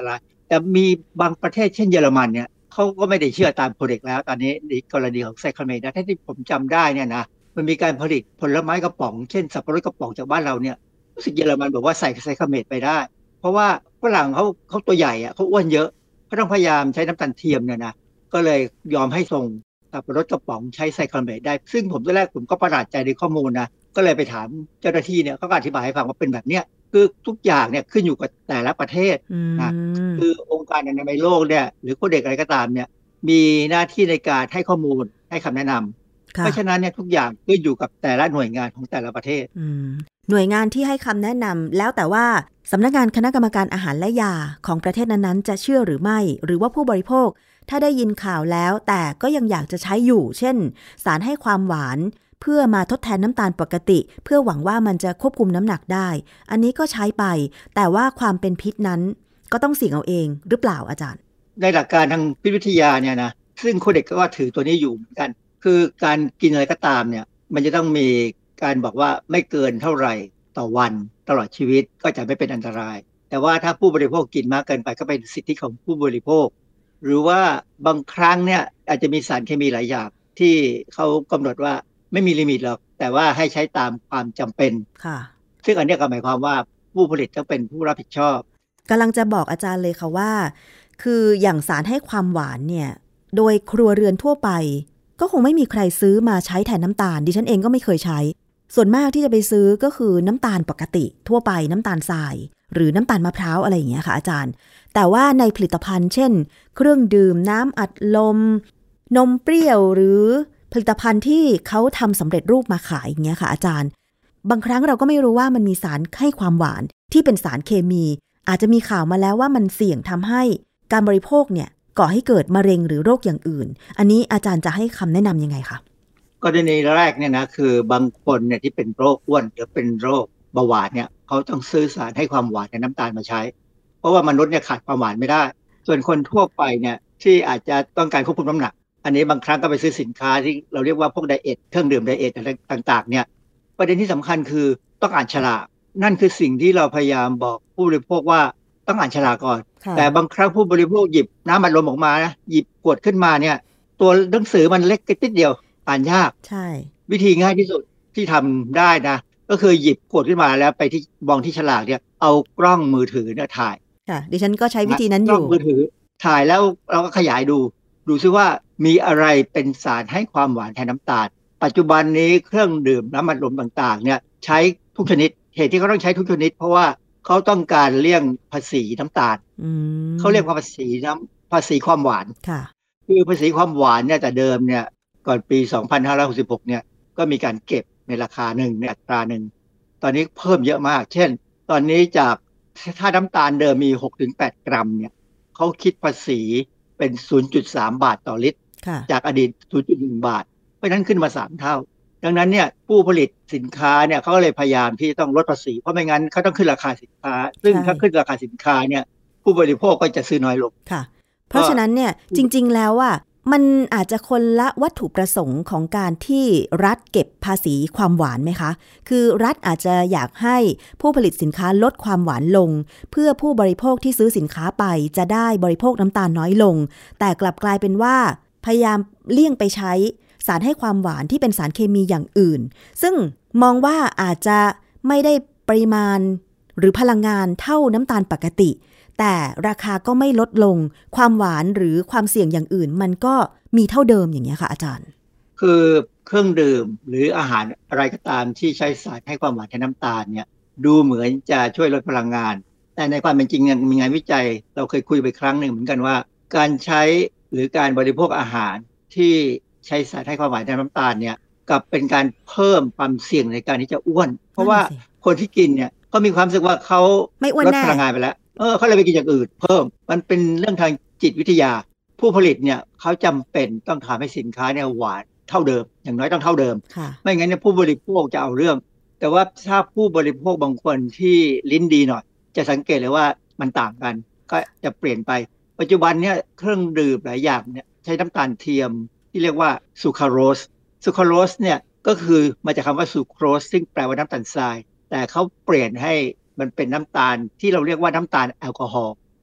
แต่มีบางประเทศเช่นเยอรมันเนี่ยเขาก็ไม่ได้เชื่อตามโคเด็กแล้วตอนนี้ในกรณีของไซคลาเมตนะที่ผมจำได้เนี่ยนะมันมีการผลิตผลไม้กระป๋องเช่นสับปะรดกระป๋องจากบ้านเราเนี่ยรู้สึกเยอรมันบอกว่าใส่ไซคลาเมตไปได้เพราะว่าฝรั่งเขาเขาตัวใหญ่อะเขาอ้วนเยอะเขาต้องพยายามใช้น้ำตาลเทียมเนี่ยนะก็เลยยอมให้ส่งสับปะรดกระป๋องใช้ไซคลาเมตได้ซึ่งผมตอนแรกผมก็ประหลาดใจในข้อมูลนะก็เลยไปถามเจ้าหน้าที่เนี่ยเขาก็อธิบายให้ฟังว่าเป็นแบบเนี้ยคือทุกอย่างเนี่ยขึ้นอยู่กับแต่ละประเทศนะคือองค์การอนามัยโลกเนี่ยหรือโคเด็กอะไรก็ตามเนี่ยมีหน้าที่ในการให้ข้อมูลให้คำแนะนำเพราะฉะนั้นเนี่ยทุกอย่างขึ้นอยู่กับแต่ละหน่วยงานของแต่ละประเทศหน่วยงานที่ให้คำแนะนำแล้วแต่ว่าสำนักงานคณะกรรมการอาหารและยาของประเทศนั้นๆจะเชื่อหรือไม่หรือว่าผู้บริโภคถ้าได้ยินข่าวแล้วแต่ก็ยังอยากจะใช้อยู่เช่นสารให้ความหวานเพื่อมาทดแทนน้ำตาลปกติเพื่อหวังว่ามันจะควบคุมน้ำหนักได้อันนี้ก็ใช้ไปแต่ว่าความเป็นพิษนั้นก็ต้องเสี่ยงเอาเองหรือเปล่าอาจารย์ในหลักการทางพิษวิทยาเนี่ยนะซึ่งโคเด็กก็ถือตัวนี้อยู่เหมือนกันคือการกินอะไรก็ตามเนี่ยมันจะต้องมีการบอกว่าไม่เกินเท่าไหร่ต่อวันตลอดชีวิตก็จะไม่เป็นอันตรายแต่ว่าถ้าผู้บริโภคกินมากเกินไปก็เป็นสิทธิของผู้บริโภคหรือว่าบางครั้งเนี่ยอาจจะมีสารเคมีหลายอย่างที่เขากำหนดว่าไม่มีลิมิตหรอกแต่ว่าให้ใช้ตามความจำเป็นค่ะซึ่งอันนี้ก็หมายความว่าผู้ผลิตต้องเป็นผู้รับผิดชอบกำลังจะบอกอาจารย์เลยค่ะว่าคืออย่างสารให้ความหวานเนี่ยโดยครัวเรือนทั่วไปก็คงไม่มีใครซื้อมาใช้แทนน้ำตาลดิฉันเองก็ไม่เคยใช้ส่วนมากที่จะไปซื้อก็คือน้ำตาลปกติทั่วไปน้ำตาลทรายหรือน้ำตาลมะพร้าวอะไรอย่างเงี้ยค่ะอาจารย์แต่ว่าในผลิตภัณฑ์เช่นเครื่องดื่มน้ำอัดลมนมเปรี้ยวหรือผลิตภัณฑ์ที่เขาทำสำเร็จรูปมาขายอย่างเงี้ยค่ะอาจารย์บางครั้งเราก็ไม่รู้ว่ามันมีสารให้ความหวานที่เป็นสารเคมีอาจจะมีข่าวมาแล้วว่ามันเสี่ยงทำให้การบริโภคเนี่ยก่อให้เกิดมะเร็งหรือโรคอย่างอื่นอันนี้อาจารย์จะให้คำแนะนำยังไงคะกรณีแรกเนี่ยนะคือบางคนเนี่ยที่เป็นโรคอ้วนหรือเป็นโรคเบาหวานเนี่ยเขาต้องซื้อสารให้ความหวานในน้ำตาลมาใช้เพราะว่ามนุษย์เนี่ยขาดความหวานไม่ได้ส่วนคนทั่วไปเนี่ยที่อาจจะต้องการควบคุมน้ำหนักอันนี้บางครั้งก็ไปซื้อสินค้าที่เราเรียกว่าพวกไดเอทเครื่องดื่มไดเอทอะไรต่างๆเนี่ยประเด็นที่สำคัญคือต้องอ่านฉลากนั่นคือสิ่งที่เราพยายามบอกผู้บริโภคว่าต้องอ่านฉลากก่อนแต่บางครั้งผู้บริโภคหยิบน้ำอัดลมออกมานะหยิบขวดขึ้นมาเนี่ยตัวหนังสือมันเล็กนิดเดียวอ่านยากใช่วิธีง่ายที่สุดที่ทำได้นะก็คือหยิบขวดขึ้นมาแล้วไปที่มองที่ฉลากเนี่ยเอากล้องมือถือเนี่ยถ่ายค่ะดิฉันก็ใช้วิธีนั้นอยู่กล้องมือถือถ่ายแล้วเราก็ขยายดูดูซิว่ามีอะไรเป็นสารให้ความหวานแทนน้ำตาลปัจจุบันนี้เครื่องดื่มน้ำอัดลมต่างๆเนี่ยใช้ทุกชนิดเหตุที่เขาต้องใช้ทุกชนิดเพราะว่าเขาต้องการเลี่ยงภาษีน้ำตาลเขาเรียกว่าภาษีน้ำภาษีความหวานค่ะคือภาษีความหวานเนี่ยแต่เดิมเนี่ยก่อนปีสองพันห้าร้อยหกสิบหกเนี่ยก็มีการเก็บในราคาหนึ่งในอัตราหนึ่งตอนนี้เพิ่มเยอะมากเช่นตอนนี้จากถ้าน้ำตาลเดิมมี หกถึงแปด กรัมเนี่ยเขาคิดภาษีเป็น ศูนย์จุดสาม บาทต่อลิตรจากอดีต ศูนย์จุดหนึ่ง บาทเพราะฉะนั้นขึ้นมาสามเท่าดังนั้นเนี่ยผู้ผลิตสินค้าเนี่ยเขาก็เลยพยายามที่ต้องลดภาษีเพราะไม่งั้นเขาต้องขึ้นราคาสินค้าซึ่งถ้าขึ้นราคาสินค้าเนี่ยผู้บริโภคก็จะซื้อน้อยลงค่ะเพราะฉะนั้นเนี่ยจริงๆแล้วอ่ะมันอาจจะคนละวัตถุประสงค์ของการที่รัฐเก็บภาษีความหวานไหมคะคือรัฐอาจจะอยากให้ผู้ผลิตสินค้าลดความหวานลงเพื่อผู้บริโภคที่ซื้อสินค้าไปจะได้บริโภคน้ำตาลน้อยลงแต่กลับกลายเป็นว่าพยายามเลี่ยงไปใช้สารให้ความหวานที่เป็นสารเคมีอย่างอื่นซึ่งมองว่าอาจจะไม่ได้ปริมาณหรือพลังงานเท่าน้ำตาลปกติแต่ราคาก็ไม่ลดลงความหวานหรือความเสี่ยงอย่างอื่นมันก็มีเท่าเดิมอย่างนี้ค่ะอาจารย์คือเครื่องดื่มหรืออาหารอะไรก็ตามที่ใช้สารให้ความหวานแทนน้ำตาลเนี่ยดูเหมือนจะช่วยลดพลังงานแต่ในความเป็นจริงเนี่ยมีงานวิจัยเราเคยคุยไปครั้งหนึ่งเหมือนกันว่าการใช้หรือการบริโภคอาหารที่ใช้สารให้ความหวานแทนน้ำตาลเนี่ยกับเป็นการเพิ่มความเสี่ยงในการที่จะอ้วนเพราะว่าคนที่กินเนี่ยก็มีความรู้สึกว่าเขาลดพลังงานไปแล้วเออเขาเลยไปกินอย่างอื่นเพิ่มมันเป็นเรื่องทางจิตวิทยาผู้ผลิตเนี่ยเขาจำเป็นต้องทำให้สินค้าเนี่ยหวานเท่าเดิมอย่างน้อยต้องเท่าเดิมไม่งั้นเนี่ยผู้บริโภคจะเอาเรื่องแต่ว่าถ้าผู้บริโภคบางคนที่ลิ้นดีหน่อยจะสังเกตเลยว่ามันต่างกันก็จะเปลี่ยนไปปัจจุบันเนี่ยเครื่องดื่มหลายอย่างเนี่ยใช้น้ำตาลเทียมที่เรียกว่าซูคราโรสซูคราโรสเนี่ยก็คือมาจากคำว่าซูโครสซึ่งแปลว่าน้ำตาลทรายแต่เขาเปลี่ยนให้มันเป็นน้ำตาลที่เราเรียกว่าน้ำตาลแอลกอฮอล์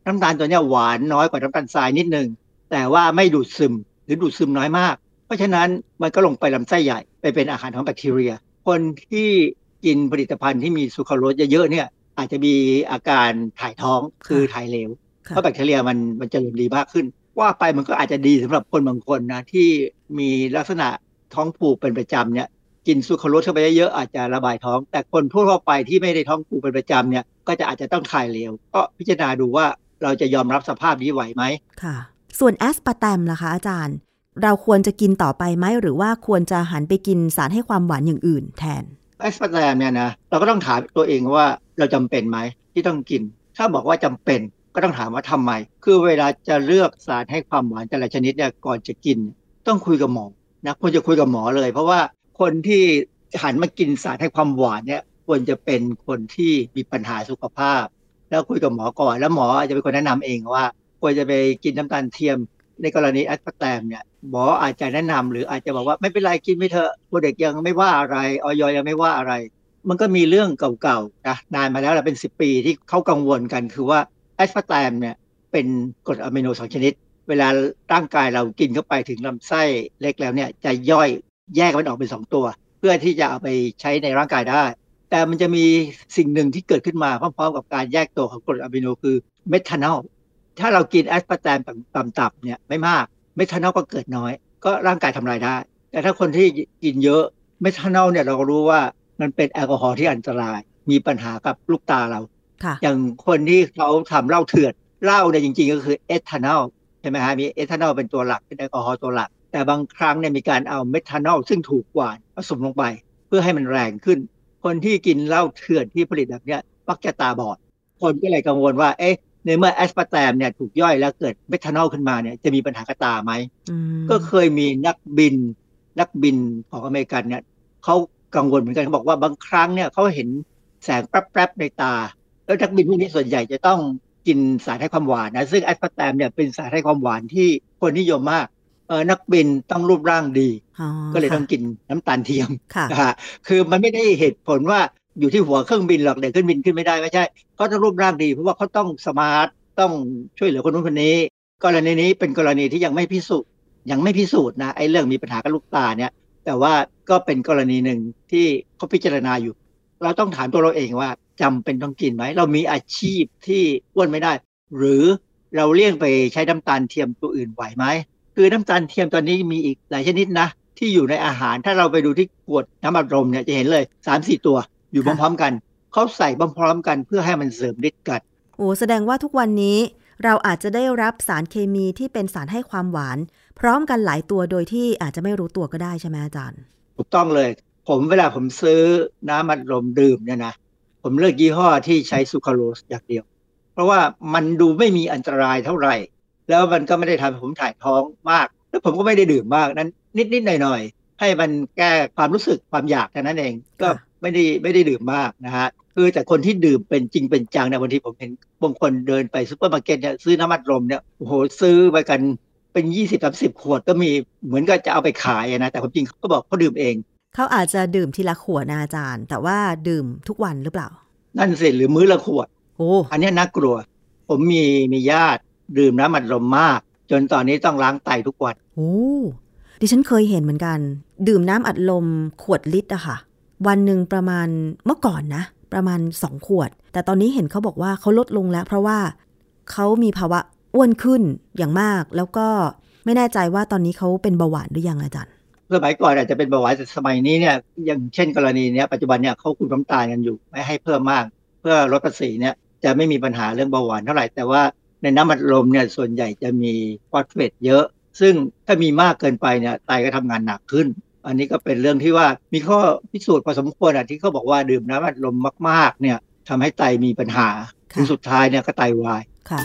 น้ำตาลตัวนี้หวานน้อยกว่าน้ำตาลทรายนิดนึงแต่ว่าไม่ดูดซึมหรือดูดซึมน้อยมากเพราะฉะนั้นมันก็ลงไปลำไส้ใหญ่ไปเป็นอาหารของแบคทีเรียคนที่กินผลิตภัณฑ์ที่มีซูคราโรสเยอะๆเนี่ยอาจจะมีอาการถ่ายท้องคือถ่ายเหลวเพราะแบคทีเรียมันมันจะเจริญดีมากขึ้นว่าไปมันก็อาจจะดีสำหรับคนบางคนนะที่มีลักษณะท้องผูกเป็นประจำเนี่ยกินซูคราโรสเข้าไปเยอะๆอาจจะระบายท้องแต่คนทั่วไปที่ไม่ได้ท้องผูกเป็นประจำเนี่ยก็จะอาจจะต้องถ่ายเหลวก็พิจารณาดูว่าเราจะยอมรับสภาพนี้ไหวไหมค่ะส่วนแอสปาร์แตมล่ะคะอาจารย์เราควรจะกินต่อไปไหมหรือว่าควรจะหันไปกินสารให้ความหวานอย่างอื่นแทนแอสปาร์แตมเนี่ยนะเราก็ต้องถามตัวเองว่าเราจำเป็นไหมที่ต้องกินถ้าบอกว่าจำเป็นก็ต้องถามว่าทำไมคือเวลาจะเลือกสารให้ความหวานแต่ละชนิดเนี่ยก่อนจะกินต้องคุยกับหมอนะควรจะคุยกับหมอเลยเพราะว่าคนที่หันมากินสารให้ความหวานเนี่ยควรจะเป็นคนที่มีปัญหาสุขภาพแล้วคุยกับหมอก่อนแล้วหมออาจจะเป็นคนแนะนำเองว่าควรจะไปกินน้ำตาลเทียมในกรณีแอสปาร์แตมเนี่ยหมออาจจะแนะนำหรืออาจจะบอกว่าไม่เป็นไรกินไม่เถอะเด็กยังไม่ว่าอะไรอย.ยังไม่ว่าอะไรมันก็มีเรื่องเก่าๆนะนานมาแล้วแหละเป็นสิบปีที่เขากังวลกันคือว่าแอสปาร์แตมเนี่ยเป็นกรดอะมิโนสองชนิดเวลาร่างกายเรากินเข้าไปถึงลำไส้เล็กแล้วเนี่ยจะย่อยแยกมันออกเป็นสองตัวเพื่อที่จะเอาไปใช้ในร่างกายได้แต่มันจะมีสิ่งหนึ่งที่เกิดขึ้นมาพร้อมๆกับการแยกตัวของกรดอะมิโนคือเมทานอลถ้าเรากินแอสปาร์แตมต่ำๆเนี่ยไม่มากเมทานอลก็เกิดน้อยก็ร่างกายทำลายได้แต่ถ้าคนที่กินเยอะเมทานอลเนี่ยเราก็รู้ว่ามันเป็นแอลกอฮอล์ที่อันตรายมีปัญหากับลูกตาเราอย่างคนที่เขาทำเหล้าเถื่อนเหล้าเนี่ยจริงๆก็คือเอทานอลใช่ไหมฮะมีเอทานอลเป็นตัวหลักเป็นแอลกอฮอล์ตัวหลักแต่บางครั้งเนี่ยมีการเอาเมทานอลซึ่งถูกกว่าผสมลงไปเพื่อให้มันแรงขึ้นคนที่กินเหล้าเถื่อนที่ผลิตแบบเนี้ยมักจะตาบอดคนก็เลยกังวลว่าเอ๊ะในเมื่อแอสปาร์แตมเนี่ยถูกย่อยแล้วเกิดเมทานอลขึ้นมาเนี่ยจะมีปัญหากับตาไหมก็เคยมีนักบินนักบินของอเมริกันเนี่ยเขากังวลเหมือนกันเขาบอกว่าบางครั้งเนี่ยเขาเห็นแสงแป๊บๆในตาแล้วนักบินพวกนี้ส่วนใหญ่จะต้องกินสารให้ความหวานนะซึ่งแอสปาร์แตมเนี่ยเป็นสารให้ความหวานที่คนนิยมมากเออนักบินต้องรูปร่างดีก็เลยต้องกินน้ำตาลเทียมนะฮะคือมันไม่ได้เหตุผลว่าอยู่ที่หัวเครื่องบินหรอกเดี๋ยวขึ้นบินขึ้นไม่ได้ไม่ใช่เขาต้องรูปร่างดีเพราะว่าเขาต้องสมาร์ทต้องช่วยเหลือคนนู้นคนนี้กรณีนี้เป็นกรณีที่ยังไม่พิสูจน์ยังไม่พิสูจน์นะไอ้เรื่องมีปัญหากับลูกตาเนี่ยแต่ว่าก็เป็นกรณีหนึ่งที่เขาพิจารณาอยู่เราต้องถามตัวเราเองว่าจำเป็นต้องกินไหมเรามีอาชีพที่อ้วนไม่ได้หรือเราเลี่ยงไปใช้น้ำตาลเทียมตัวอื่นไหวไหมคือน้ำตาลเทียมตอนนี้มีอีกหลายชนิดนะที่อยู่ในอาหารถ้าเราไปดูที่ขวดน้ำอัดลมเนี่ยจะเห็นเลย สามสี่ ตัวอยู่พร้อมๆกันเขาใส่พร้อมๆกันเพื่อให้มันเสริมฤทธิ์กันโอ้แสดงว่าทุกวันนี้เราอาจจะได้รับสารเคมีที่เป็นสารให้ความหวานพร้อมกันหลายตัวโดยที่อาจจะไม่รู้ตัวก็ได้ใช่ไหมอาจารย์ถูกต้องเลยผมเวลาผมซื้อน้ำอัดลมดื่มเนี่ยนะผมเลือกยี่ห้อที่ใช้ซูคราโรสอย่างเดียวเพราะว่ามันดูไม่มีอันตรายเท่าไหร่แล้วมันก็ไม่ได้ทำให้ผมถ่ายท้องมากแล้วผมก็ไม่ได้ดื่มมากนั้นนิดๆหน่อยๆให้มันแก้ความรู้สึกความอยากแค่นั้นเองก็ไม่ได้ไม่ได้ดื่มมากนะฮะคือแต่คนที่ดื่มเป็นจริงเป็นจังเนี่ยบางทีผมเห็นบางคนเดินไปซุปเปอร์มาร์เก็ตเนี่ยซื้อน้ำอัดลมเนี่ยโอ้โหซื้อไปกันเป็น ยี่สิบถึงสามสิบ ขวดก็มีเหมือนกับจะเอาไปขายนะแต่ความจริงเขาบอกเขาดื่มเองเขาอาจจะดื่มทีละขวดนะอาจารย์แต่ว่าดื่มทุกวันหรือเปล่านั่นสิหรือมื้อละขวดโอ้อันนี้น่ากลัวผมมีมีญาติดื่มน้ำอัดลมมากจนตอนนี้ต้องล้างไตทุกวันโอ้ดิฉันเคยเห็นเหมือนกันดื่มน้ำอัดลมขวดลิตรอะค่ะวันหนึ่งประมาณเมื่อก่อนนะประมาณสองขวดแต่ตอนนี้เห็นเขาบอกว่าเขาลดลงแล้วเพราะว่าเขามีภาวะอ้วนขึ้นอย่างมากแล้วก็ไม่แน่ใจว่าตอนนี้เขาเป็นเบาหวานหรือยังอาจารย์สมัยก่อนอาจจะเป็นเบาหวานแต่สมัยนี้เนี่ยอย่างเช่นกรณีเนี้ยปัจจุบันเนี่ยเขาคุมน้ำตาลกันอยู่ไม่ให้เพิ่มมากเพื่อลดภาษีเนี่ยจะไม่มีปัญหาเรื่องเบาหวานเท่าไหร่แต่ว่าในน้ำอัดลมเนี่ยส่วนใหญ่จะมีฟอสเฟตเยอะซึ่งถ้ามีมากเกินไปเนี่ยไตก็ทำงานหนักขึ้นอันนี้ก็เป็นเรื่องที่ว่ามีข้อพิสูจน์พอสมควรอ่ะที่เขาบอกว่าดื่มน้ำอัดลมมากๆเนี่ยทำให้ไตมีปัญหาถึงสุดท้ายเนี่ยก็ไตวายค่ะ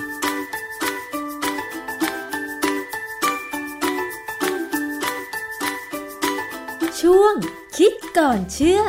ช่วงคิดก่อนเชื่อ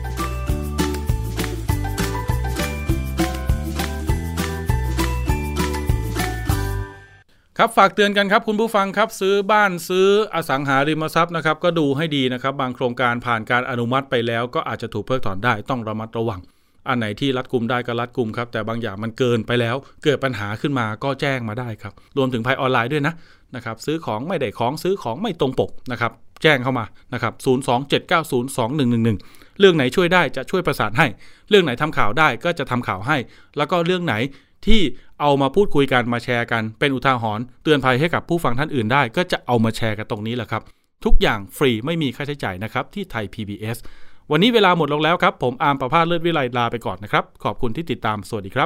ครับฝากเตือนกันครับคุณผู้ฟังครับซื้อบ้านซื้ออสังหาริมทรัพย์นะครับก็ดูให้ดีนะครับบางโครงการผ่านการอนุมัติไปแล้วก็อาจจะถูกเพิกถอนได้ต้องระมัดระวังอันไหนที่รัดกุมได้ก็รัดกุมครับแต่บางอย่างมันเกินไปแล้วเกิดปัญหาขึ้นมาก็แจ้งมาได้ครับรวมถึงภัยออนไลน์ด้วยนะนะครับซื้อของไม่ได้ของซื้อของไม่ตรงปกนะครับแจ้งเข้ามานะครับศูนย์ สอง เจ็ด เก้า ศูนย์ สอง หนึ่ง หนึ่ง หนึ่งเรื่องไหนช่วยได้จะช่วยประสานให้เรื่องไหนทำข่าวได้ก็จะทำข่าวให้แล้วก็เรื่องไหนที่เอามาพูดคุยกันมาแชร์กันเป็นอุทาหรณ์เตือนภัยให้กับผู้ฟังท่านอื่นได้ก็จะเอามาแชร์กันตรงนี้แหละครับทุกอย่างฟรีไม่มีค่าใช้จ่ายนะครับที่ไทย พี บี เอส วันนี้เวลาหมดลงแล้วครับผมอาร์มประภาสเลิศวิไลลาไปก่อนนะครับขอบคุณที่ติดตามสวัสดีครับ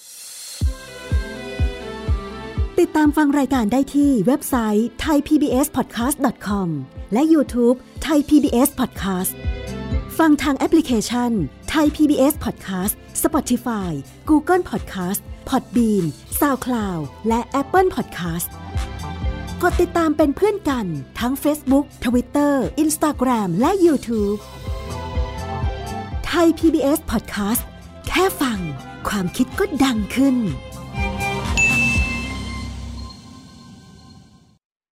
ติดตามฟังรายการได้ที่เว็บไซต์ ไทย พี บี เอส พอดแคสต์ ดอท คอม และ YouTube Thai พี บี เอส Podcast ฟังทางแอปพลิเคชัน Thai พี บี เอส Podcast Spotify Google Podcast Podbean SoundCloud และ Apple Podcast กดติดตามเป็นเพื่อนกันทั้ง Facebook Twitter Instagram และ YouTube Thai พี บี เอส Podcast แค่ฟังความคิดก็ดังขึ้น